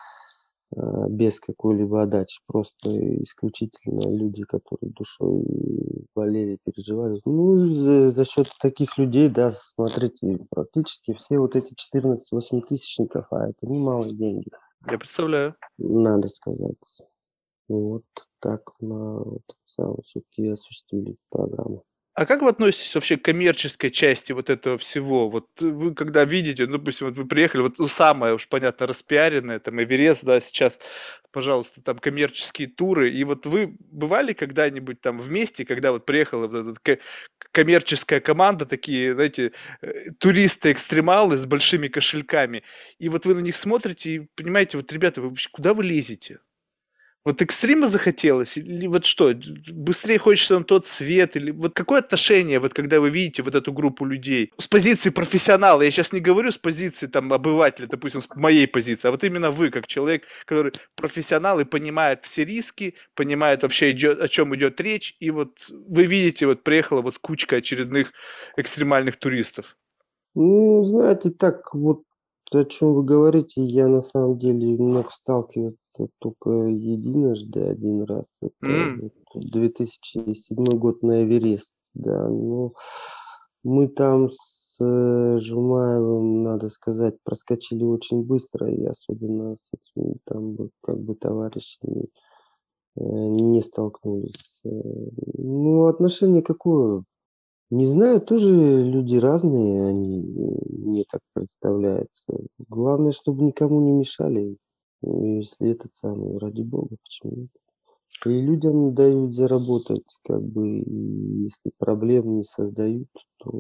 а, без какой-либо отдачи. Просто исключительно люди, которые душой болели, переживали. Ну, и за, за счет таких людей, да, смотрите, практически все вот эти четырнадцать восьмитысячников, а это немалые деньги, я представляю. надо сказать. Вот так на вот самом все-таки осуществили программу. А как вы относитесь вообще к коммерческой части вот этого всего? Вот э, вы когда видите, ну, допустим, вот вы приехали, вот ну, самое уж понятно распиаренное, там Эверест, да, сейчас, пожалуйста, там коммерческие туры, и вот вы бывали когда-нибудь там вместе, когда вот приехала вот эта ко- коммерческая команда, такие, знаете, э, туристы-экстремалы с большими кошельками, и вот вы на них смотрите и понимаете, вот, ребята, вы вообще куда вы лезете? Вот экстрима захотелось или вот что, д быстрее хочется на тот свет или вот какое отношение, вот когда вы видите вот эту группу людей с позиции профессионала? Я сейчас не говорю с позиции там обывателя, допустим, с моей позиции, а вот именно вы как человек, который профессионал и понимает все риски, понимает вообще идёт о чем идет речь, и вот вы видите, вот приехала вот кучка очередных экстремальных туристов. Ну, знаете, так вот, о чем вы говорите, я на самом деле мог сталкиваться только единожды, один раз. Это М, вот две тысячи седьмой год на Эверест, да. Ну, мы там с э, Жумаевым, надо сказать, проскочили очень быстро, и особенно с этими там вот как бы товарищами э, не столкнулись. Э, Ну, отношение какое? Не знаю, тоже люди разные, они, м, мне так представляется. Главное, чтобы никому не мешали. Ну, если этот самый, ради бога, почему нет? И людям дают заработать, как бы, и если проблем не создают, то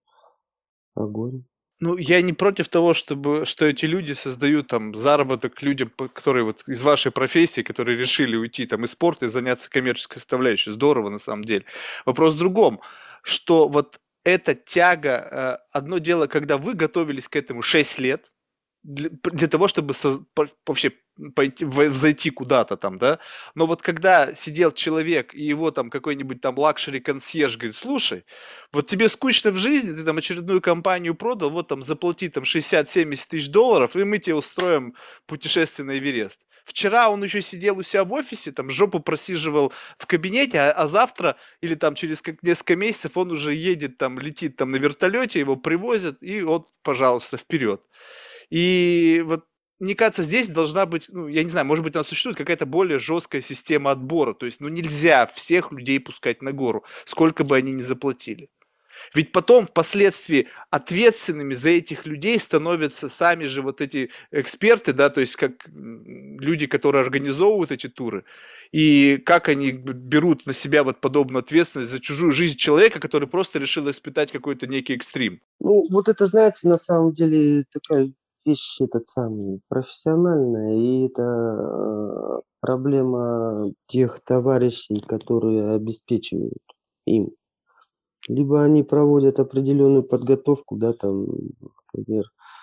огонь. Ну, я не против того, чтобы что эти люди создают там заработок людям, п которые вот из вашей профессии, которые решили уйти там из спорта и заняться коммерческой составляющей. Здорово на самом деле. Вопрос в другом, что вот эта тяга, э, одно дело, когда вы готовились к этому шесть лет, для, для того, чтобы соз- по- вообще пойти, в- взойти куда-то там, да. Но вот когда сидел человек, и его там какой-нибудь там лакшери консьерж говорит, слушай, вот тебе скучно в жизни, ты там очередную компанию продал, вот там заплати там шестьдесят-семьдесят тысяч долларов, и мы тебе устроим путешествие на Эверест. Вчера он еще сидел у себя в офисе, там жопу просиживал в кабинете, а, а завтра или там через как- несколько месяцев он уже едет там, летит там на вертолете, его привозят, и вот, пожалуйста, вперед. И вот мне кажется, здесь должна быть, ну, я не знаю, может быть, она существует какая-то более жесткая система отбора. То есть, ну, нельзя всех людей пускать на гору, сколько бы они ни заплатили. Ведь потом, впоследствии, ответственными за этих людей становятся сами же вот эти эксперты, да, то есть как м, люди, которые организовывают эти туры, и как они берут на себя вот подобную ответственность за чужую жизнь человека, который просто решил испытать какой-то некий экстрим. Ну, вот это, знаете, на самом деле такая вещь, этот самый, профессиональная, и это э, проблема тех товарищей, которые обеспечивают им. Либо они проводят определенную подготовку, да, там, например,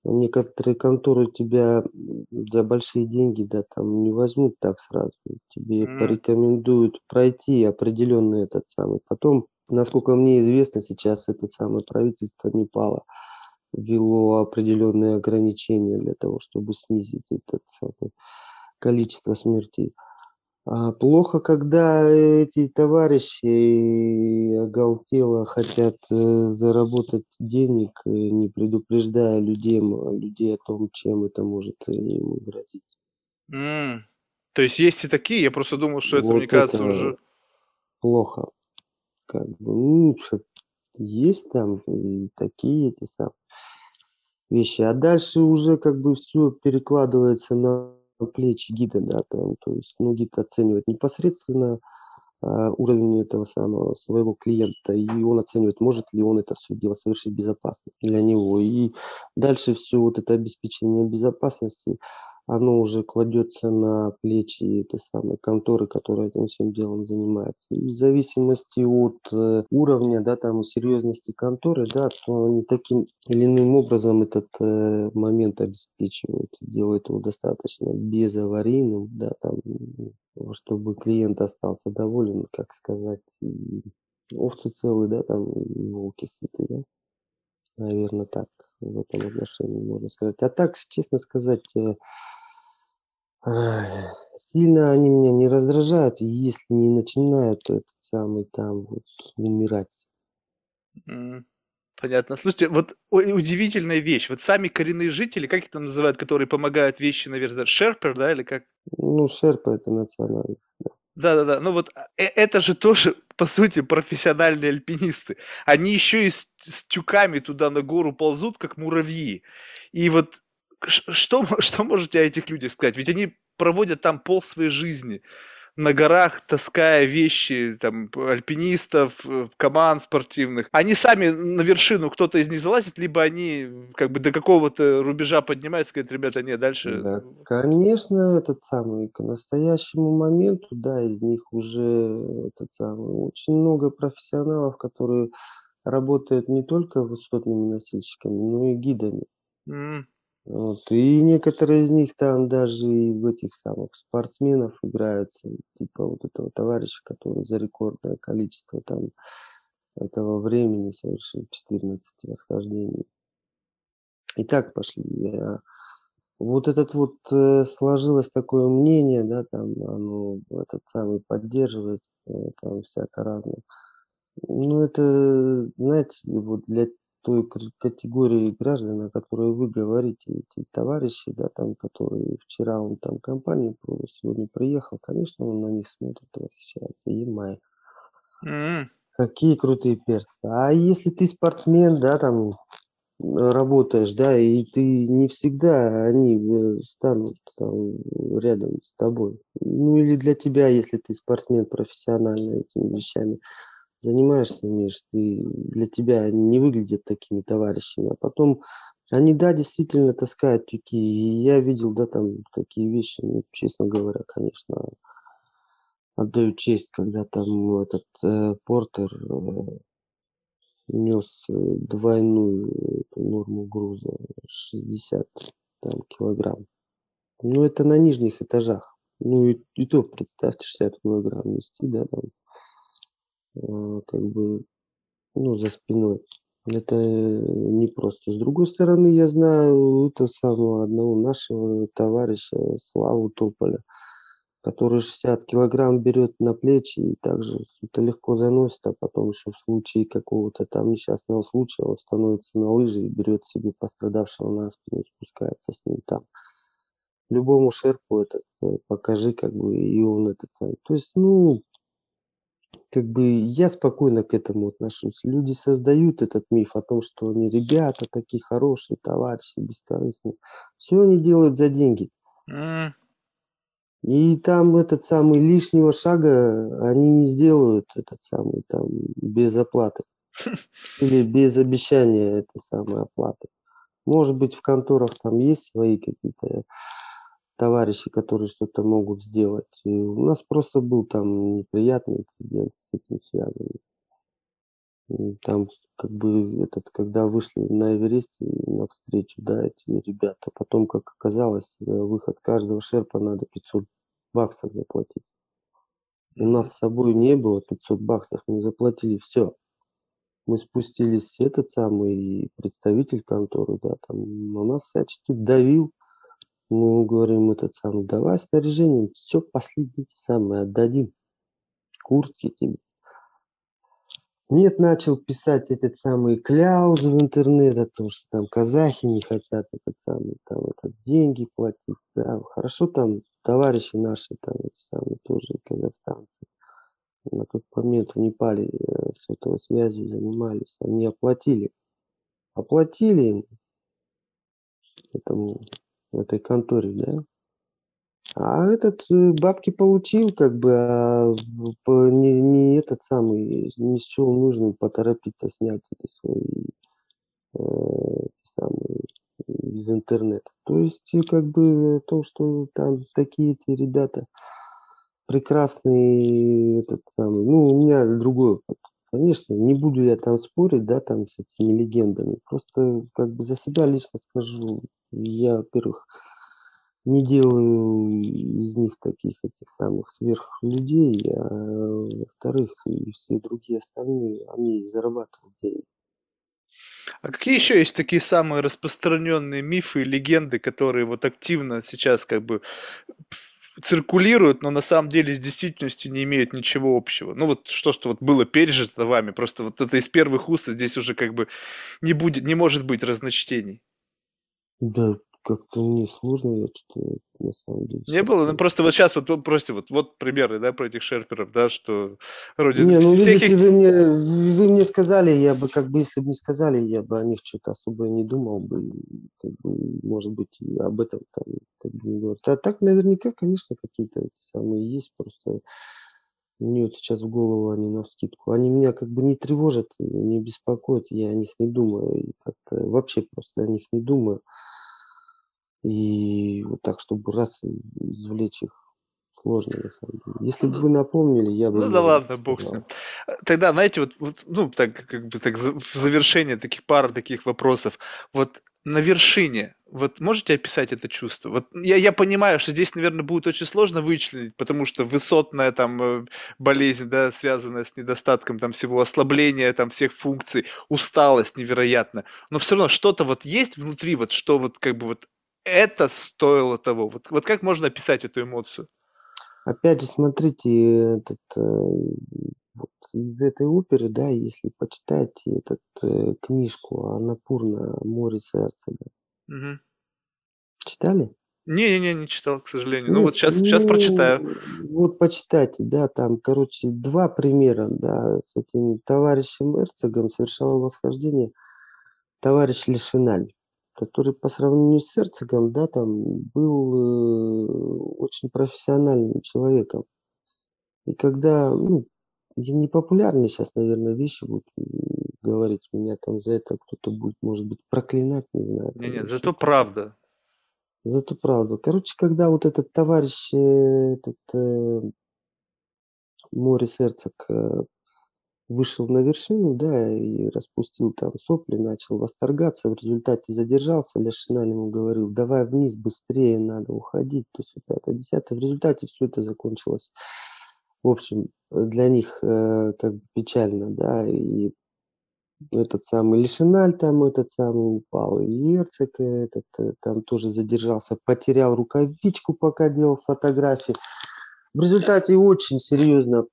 Некоторые конторы тебя м, за большие деньги, да, там не возьмут так сразу. Тебе М, порекомендуют пройти определенный этот самый. Потом, насколько мне известно, сейчас это самое правительство Непала ввело определенные ограничения для того, чтобы снизить этот самый количество смертей. А плохо, когда эти товарищи оголтело хотят, э, заработать денег, э, не предупреждая людей, м, людей о том, чем это может, э, им грозить. м. То есть есть и такие, я просто думал, что это, мне Вот кажется, это уже. плохо. Как бы, ну, ш есть там и такие эти самые вещи. А дальше уже как бы все перекладывается на плечи гида, да, там. То есть, ну, гид оценивает непосредственно а, уровень этого самого своего клиента, и он оценивает, может ли он это все дело совершить безопасно для него. И дальше все вот это обеспечение безопасности, оно уже кладется на плечи этой самой конторы, которая этим всем делом занимается. И в зависимости от, э, уровня, да, там, и серьезности конторы, да, то они таким или иным образом этот, э, момент обеспечивают, делают его достаточно безаварийным, да, там, м, чтобы клиент остался доволен, как сказать, и овцы целые, да, там, и волки сыты, да. Наверно, так в этом отношении можно сказать. А так, с честно сказать, э, ай, сильно они меня не раздражают, если не начинают этот самый там вот умирать. М, понятно. Слушайте, вот ой, удивительная вещь. Вот сами коренные жители, как их там называют, которые помогают вещи наверное, шерпер, да, или как? Ну, шерпа — это национальность, да. Да-да-да. Ну вот, а, э это же тоже, по сути, профессиональные альпинисты. Они еще и с с тюками туда на гору ползут, как муравьи. И вот ш что мо что можете о этих людях сказать? Ведь они проводят там пол своей жизни на горах, таская вещи там п альпинистов, э, команд спортивных. Они сами на вершину, кто-то из них залазит, либо они, э, как бы до какого-то рубежа поднимаются, говорят: "Ребята, нет, дальше". Да, конечно, этот самый, к настоящему моменту, да, из них уже этот самый очень много профессионалов, которые работают не только высотными носильщиками, но и гидами. М, Вот. И некоторые из них там даже и в этих самых спортсменов играются. Типа вот этого товарища, который за рекордное количество там этого времени совершил четырнадцать восхождений. И так пошли. А вот этот вот, э, сложилось такое мнение, да, там оно этот самый поддерживает, э, там всяко разное. Ну, это, знаете, вот для той кр категории граждан, о которой вы говорите, эти товарищи, да, там, которые вчера он там компанию продал, сегодня приехал, конечно, он на них смотрит и восхищается. Е-мае, м, какие крутые перцы. А если ты спортсмен, да, там, э, работаешь, да, и ты не всегда они, э, станут там рядом с тобой. Ну, или для тебя, если ты спортсмен профессионально этими вещами занимаешься, умеешь, ты для тебя они не выглядят такими товарищами. А потом они, да, действительно таскают тюки. И я видел, да, там такие вещи, ну, честно говоря, конечно, отдаю честь, когда там этот, э, портер, э, нес, э, двойную эту норму груза, шестьдесят там килограмм. Ну, это на нижних этажах. Ну, и и то представьте, шестьдесят килограмм нести, да, там, э, как бы, ну, за спиной. Это непросто. С другой стороны, я знаю этого самого одного нашего товарища, Славу Тополя, который шестьдесят килограмм берет на плечи и также это легко заносит, а потом еще в случае какого-то там несчастного случая он становится на лыжи и берет себе пострадавшего на спину и спускается с ним там. Любому шерпу этот, э, покажи, как бы, и он этот сам. То есть, ну, как бы я спокойно к этому отношусь. Люди создают этот миф о том, что они ребята такие хорошие, товарищи, бескорыстные. Все они делают за деньги. м. И там этот самый лишнего шага они не сделают, этот самый там без оплаты или без обещания этой самой оплаты. Может быть, в конторах там есть свои какие-то товарищи, которые что-то могут сделать. И у нас просто был там неприятный инцидент с этим связанный. М, Там как бы этот, когда вышли на Эвересте навстречу, да, эти ребята, потом, как оказалось, за выход каждого шерпа надо пятьсот баксов заплатить. У Мгм. нас с собой не было пятьсот баксов, мы заплатили все. Мы спустились, этот самый представитель конторы, да, там на нас всячески давил. Мы говорим, этот самый, давай снаряжение, все последнее те самые отдадим, куртки тебе. Нет, начал писать этот самый кляузы в интернет о том, что там казахи не хотят этот самый, там, это, деньги платить. Да. Хорошо там товарищи наши, там, эти самые, тоже казахстанцы, на тот момент в Непале э, сотовой связью занимались, они оплатили. Оплатили им, этому, этой конторе, да. А этот э, бабки получил, как бы, а в- по- не, не этот самый, не с чего нужно поторопиться снять эти свои э, эти самые, из интернета. То есть, и как бы то, что там такие эти ребята прекрасный этот самый, ну, у меня другой опыт. Конечно, не буду я там спорить, да, там с этими легендами. Просто как бы за себя лично скажу, я, во-первых, не делаю из них таких этих самых сверхлюдей, а во-вторых, и все другие остальные, они зарабатывают деньги. А какие еще есть такие самые распространенные мифы и легенды, которые вот активно сейчас как бы циркулируют, но на самом деле с действительностью не имеют ничего общего? Ну вот что, что вот было пережито вами, просто вот это из первых уст, и здесь уже как бы не будет, не может быть разночтений. Да, как-то мне сложно, я что на самом деле Не сейчас. было? Ну просто вот сейчас вот, вот просто вот, вот примеры, да, про этих шерперов, да, что вроде Не, ну вс- всех видите, их... вы мне, вы мне сказали, я бы, как бы, если бы не сказали, я бы о них что-то особо и не думал бы, и, как бы, может быть, и об этом там, как бы, не говорить. А так, наверняка, конечно, какие-то эти самые есть, просто мне вот сейчас в голову они навскидку. Они меня как бы не тревожат, не беспокоят, я о них не думаю, и как-то вообще просто о них не думаю. И вот так, чтобы раз и извлечь их, сложно на самом деле. Если бы Ну, вы напомнили, я бы, ну да может быть, ладно, бог с ним. сказал. Э, Тогда, знаете, вот, вот, ну, так, как бы, так, за- в завершение таких пар таких вопросов. Вот на вершине, вот можете описать это чувство? Вот я, я понимаю, что здесь, наверное, будет очень сложно вычленить, потому что высотная там э, болезнь, да, связанная с недостатком там всего, ослабление там всех функций, усталость невероятно. Но все равно что-то вот есть внутри, вот что вот как бы вот это стоило того. Вот, вот как можно описать эту эмоцию? Опять же, смотрите, этот, э, вот из этой оперы, да, если почитать этот, э, книжку "Аннапурна. Море сердца", да. Мгм. Читали? Не-не-не, не читал, к сожалению. Ну вот Нет, сейчас, сейчас прочитаю. ну, вот почитайте, да, там, короче, два примера, да, с этим товарищем Эрцогом совершал восхождение товарищ Лешиналь, который по сравнению с Эрцогом, да, там был, э, очень профессиональным человеком. И когда, ну, я непопулярные сейчас, наверное, вещи будут м, говорить, меня там за это кто-то будет, может быть, проклинать, не знаю, там Не-не, или зато что-то там. правда. Зато правда. Короче, когда вот этот товарищ, э, этот э, Морис Эрцог э, вышел на вершину, да, и распустил там сопли, начал восторгаться, в результате задержался, Ляшиналь ему говорил, давай вниз, быстрее, надо уходить, то есть пятое, десятое. В результате все это закончилось, в общем, э, для них э, как бы печально, да, и этот самый Лишиналь там этот самый упал, и Герцог этот э, там тоже задержался, потерял рукавичку, пока делал фотографии. В результате очень серьезно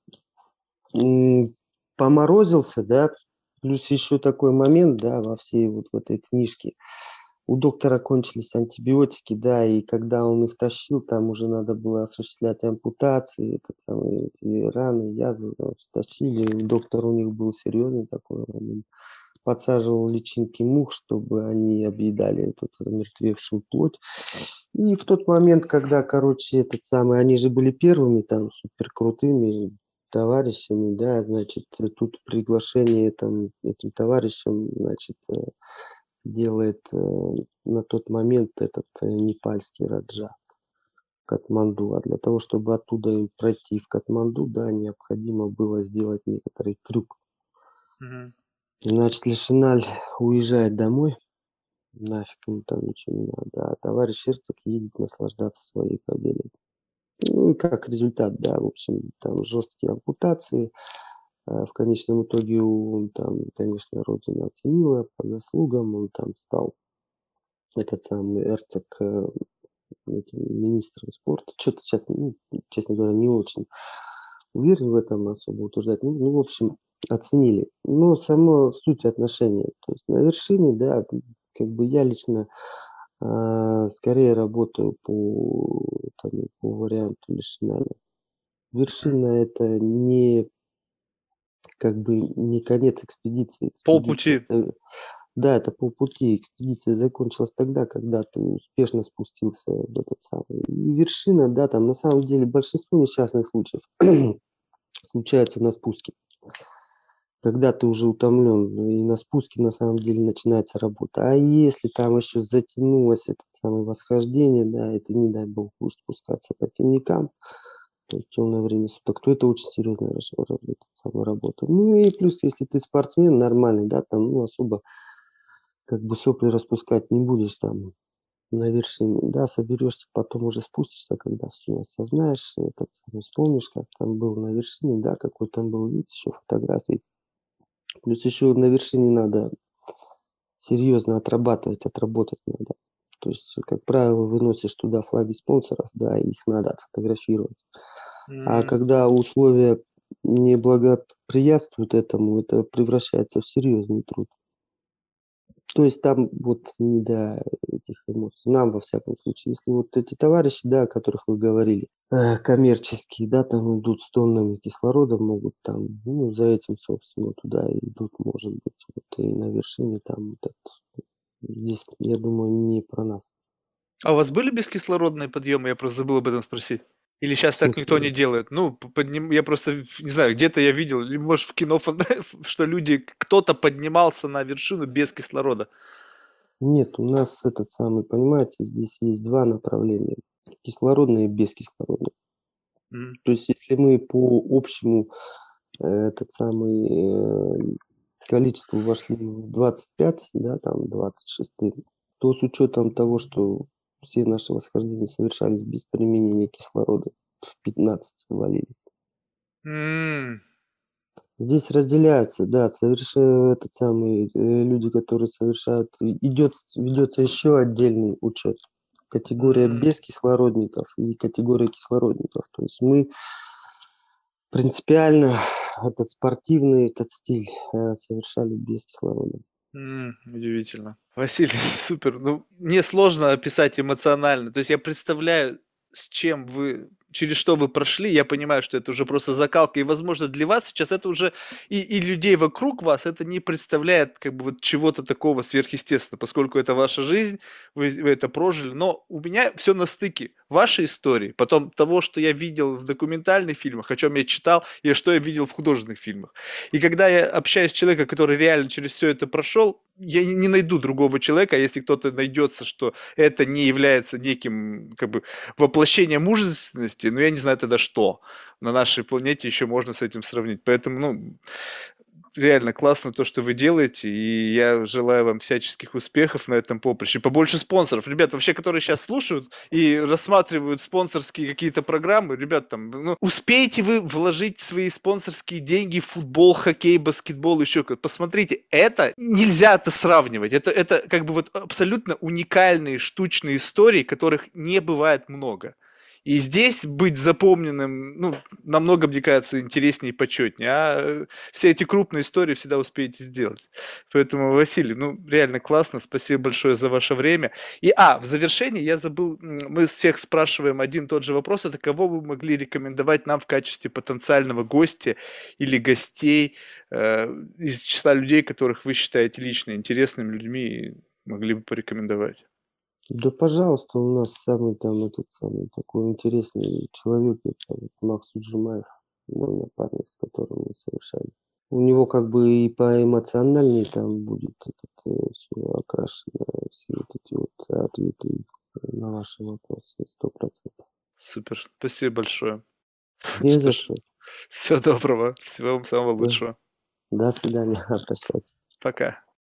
м, поморозился, да, плюс еще такой момент, да, во всей вот в этой книжке. У доктора кончились антибиотики, да, и когда он их тащил, там уже надо было осуществлять ампутации, этот самый, эти раны, язвы, там, тащили. Доктор у них был серьезный такой, он им подсаживал личинки мух, чтобы они объедали эту замертвевшую плоть. И в тот момент, когда, короче, этот самый, они же были первыми там супер крутыми товарищами, да, значит, э, тут приглашение там этим товарищам, значит, э, делает э, на тот момент этот э, непальский Раджа Катманду. А для того, чтобы оттуда им пройти в Катманду, да, необходимо было сделать некоторый трюк. Мгм. Значит, Лешиналь уезжает домой, нафиг ему там ничего не надо, а товарищ Эрцог едет наслаждаться своей победой. Ну и как результат, да, в общем, там жесткие ампутации. А в конечном итоге он там, конечно, родина оценила по заслугам, он там стал, этот самый Эрцог, э, этим министром спорта. Что-то сейчас, ну, честно говоря, не очень уверен в этом, особо утверждать. Ну, ну, в общем, оценили. Но сама суть отношений, то есть на вершине, да, как бы я лично а, скорее работаю по, там, по варианту Лешиналя. Мгм. Вершина это не как бы не конец экспедиции. Экспедиция, Полпути. э, да, это полпути. Экспедиция закончилась тогда, когда ты успешно спустился в этот самый. И вершина, да, там на самом деле большинство несчастных случаев случается на спуске. Когда ты уже утомлен, ну и на спуске на самом деле начинается работа. А если там еще затянулось это самое восхождение, да, и ты, не дай бог, будешь спускаться по темникам, то есть темное время суток, то это очень серьезная раш- ра- эта самая работа. Ну и плюс, если ты спортсмен нормальный, да, там, ну, особо как бы сопли распускать не будешь там на вершине, да, соберешься, потом уже спустишься, когда все осознаешь, этот самый, вспомнишь, как там был на вершине, да, какой там был вид, еще фотографии. Плюс еще на вершине надо серьезно отрабатывать, отработать надо. То есть, как правило, выносишь туда флаги спонсоров, да, и их надо отфотографировать. А М. когда условия не благоприятствуют этому, это превращается в серьезный труд. То есть там вот не до этих эмоций. Нам, во всяком случае. Если вот эти товарищи, да, о которых вы говорили, э, коммерческие, да, там идут с тоннами кислорода, могут там, ну, за этим, собственно, туда и идут, может быть, вот и на вершине там вот это. Здесь, я думаю, не про нас. А у вас были бескислородные подъемы? Я просто забыл об этом спросить. Или В сейчас так никто не смысле? делает? Ну, п- подним... я просто в- не знаю, где-то я видел, или может в кино, фан- что люди, кто-то поднимался на вершину без кислорода. Нет, у нас этот самый, понимаете, здесь есть два направления. Кислородное и бескислородное. Мгм. То есть, если мы по общему э, этот самый э, количеству вошли в двадцать пять, да, там двадцать шесть, то с учетом того, что все наши восхождения совершались без применения кислорода, в пятнадцать ввалились. М. Здесь разделяются, да, совершенно этот самый, э, люди, которые совершают, и идет, ведется еще отдельный учет. Категория М. без кислородников и категория кислородников. То есть мы принципиально этот спортивный этот стиль э, совершали без кислорода. М, удивительно. Василий, супер. Ну, мне сложно описать эмоционально. То есть я представляю, с чем вы, через что вы прошли. Я понимаю, что это уже просто закалка. И, возможно, для вас сейчас это уже и, и людей вокруг вас это не представляет как бы вот чего-то такого сверхъестественного, поскольку это ваша жизнь, вы, вы это прожили. Но у меня все на стыке вашей истории, потом того, что я видел в документальных фильмах, о чем я читал и что я видел в художественных фильмах. И когда я общаюсь с человеком, который реально через все это прошел, я не не найду другого человека, а если кто-то найдется, что это не является неким как бы воплощением мужественности, ну я не знаю тогда что на нашей планете еще можно с этим сравнить. Поэтому, ну, реально классно то, что вы делаете, и я желаю вам всяческих успехов на этом поприще. Побольше спонсоров. Ребят, вообще, которые сейчас слушают и рассматривают спонсорские какие-то программы, ребят, там, ну, успеете вы вложить свои спонсорские деньги в футбол, хоккей, баскетбол, еще как-то. Посмотрите, это нельзя это сравнивать. Это, это как бы вот абсолютно уникальные штучные истории, которых не бывает много. И здесь быть запомненным, ну, намного, мне кажется, интереснее и почетнее. А э, все эти крупные истории всегда успеете сделать. Поэтому, Василий, ну, реально классно. Спасибо большое за ваше время. И, а, в завершении я забыл, м, мы всех спрашиваем один и тот же вопрос. Это кого вы могли рекомендовать нам в качестве потенциального гостя или гостей э, из числа людей, которых вы считаете лично интересными людьми и могли бы порекомендовать? Да, пожалуйста, у нас самый там этот самый такой интересный человек, это вот Макс Уджимаев, мой напарник, с которым мы совершали. У него как бы и поэмоциональнее там будет этот, все окрашено, все вот эти вот ответы на ваши вопросы, сто процентов. Супер. Спасибо большое. Не Что за ж, что. всего доброго. Всего вам самого Да. лучшего. До свидания, обращайтесь. Пока.